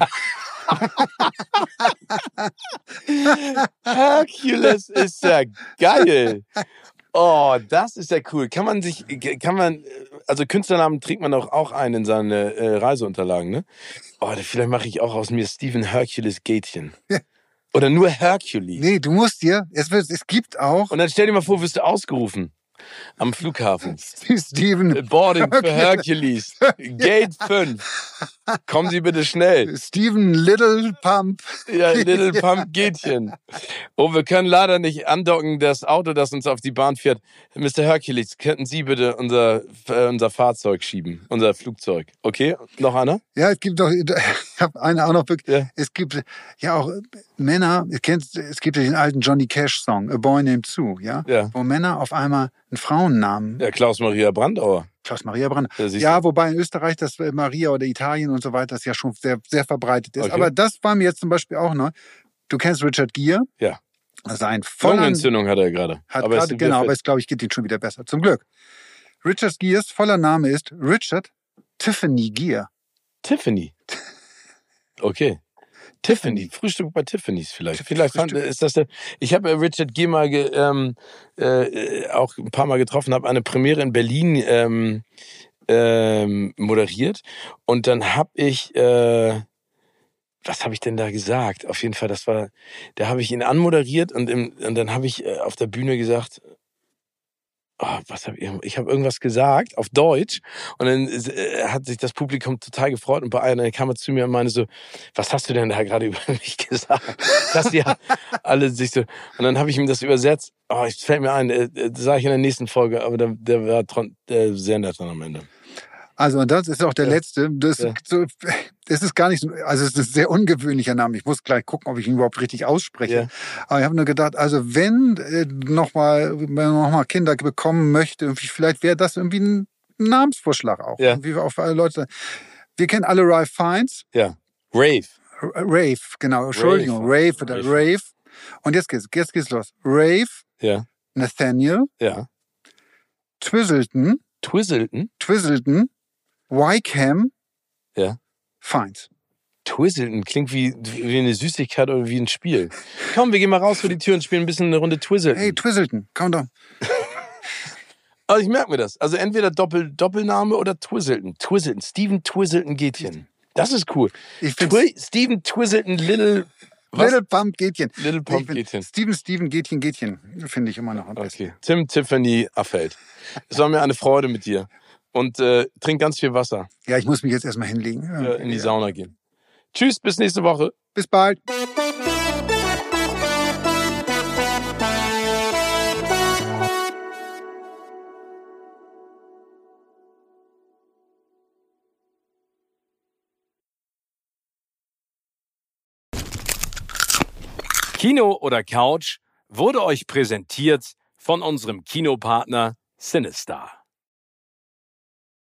A: Hercules ist ja geil. Oh, das ist ja cool. Also Künstlernamen trägt man auch ein in seine Reiseunterlagen, ne? Oh, vielleicht mache ich auch aus mir Steven Hercules Gätchen.
B: Ja.
A: Oder nur Hercules.
B: Nee, du musst dir, es gibt auch.
A: Und dann stell dir mal vor, wirst du ausgerufen am Flughafen.
B: Steven.
A: Boarding für Hercules. Gate 5. Kommen Sie bitte schnell.
B: Steven Little Pump.
A: Ja, Little Pump Gätchen. Oh, wir können leider nicht andocken, das Auto, das uns auf die Bahn fährt. Mr. Hercules, könnten Sie bitte unser Fahrzeug schieben? Unser Flugzeug. Okay, noch einer?
B: Ja, es gibt doch, ich habe eine auch noch.
A: Ja.
B: Es gibt ja auch Männer, es gibt ja den alten Johnny Cash Song, A Boy Named Sue, ja?
A: Ja.
B: Wo Männer auf einmal einen Frauennamen.
A: Ja, Klaus-Maria Brandauer.
B: Klaus-Maria Brand.
A: Ja, siehst
B: Ja,
A: du.
B: wobei in Österreich das Maria oder Italien und so weiter das ja schon sehr, sehr verbreitet ist.
A: Okay.
B: Aber das war mir jetzt zum Beispiel auch neu. Du kennst Richard Gere.
A: Ja.
B: Sein voller
A: Lungenentzündung hat er gerade.
B: aber es glaube ich geht ihm schon wieder besser. Zum Glück. Richard Geres voller Name ist Richard Tiffany Gere.
A: Tiffany. Okay. Tiffany. Frühstück bei Tiffany's vielleicht. Ist das der. Ich habe Richard Gere mal auch ein paar Mal getroffen, habe eine Premiere in Berlin moderiert und dann habe ich was habe ich denn da gesagt? Auf jeden Fall, da habe ich ihn anmoderiert und dann habe ich auf der Bühne gesagt, ich habe irgendwas gesagt auf Deutsch und dann hat sich das Publikum total gefreut und dann kam er zu mir und meinte so, was hast du denn da gerade über mich gesagt? Dass die alle sich so, und dann habe ich ihm das übersetzt. Es fällt mir ein, das sage ich in der nächsten Folge, aber der war sehr nett dann am Ende.
B: Also, und das ist auch der letzte. Das ist gar nicht so, also es ist ein sehr ungewöhnlicher Name. Ich muss gleich gucken, ob ich ihn überhaupt richtig ausspreche.
A: Ja.
B: Aber ich habe nur gedacht, also wenn man noch mal Kinder bekommen möchte, vielleicht wäre das irgendwie ein Namensvorschlag auch.
A: Ja.
B: Wie wir auch für alle Leute. Wir kennen alle Ralph Fiennes.
A: Ja. Rave.
B: Rave, genau. Entschuldigung. Rave oder Rave. Und jetzt geht's los. Rave.
A: Ja.
B: Nathaniel.
A: Ja.
B: Twistleton. Wyckham.
A: Ja.
B: Fiennes.
A: Twistleton klingt wie eine Süßigkeit oder wie ein Spiel. Komm, wir gehen mal raus vor die Tür und spielen ein bisschen eine Runde Twistleton.
B: Hey, Twistleton, komm doch.
A: Also ich merke mir das. Also entweder Doppelname oder Twistleton. Steven Twistleton Gätchen. Das ist cool. Steven Twistleton Little
B: Pump Gätchen.
A: Little Pump Gätchen.
B: Steven Gätchen finde ich immer noch am besten.
A: Okay. Tim Tiffany Affeld. Es war mir eine Freude mit dir. Und trink ganz viel Wasser.
B: Ja, ich muss mich jetzt erstmal hinlegen.
A: In die Sauna gehen. Tschüss, bis nächste Woche.
B: Bis bald.
C: Kino oder Couch wurde euch präsentiert von unserem Kinopartner Cinestar.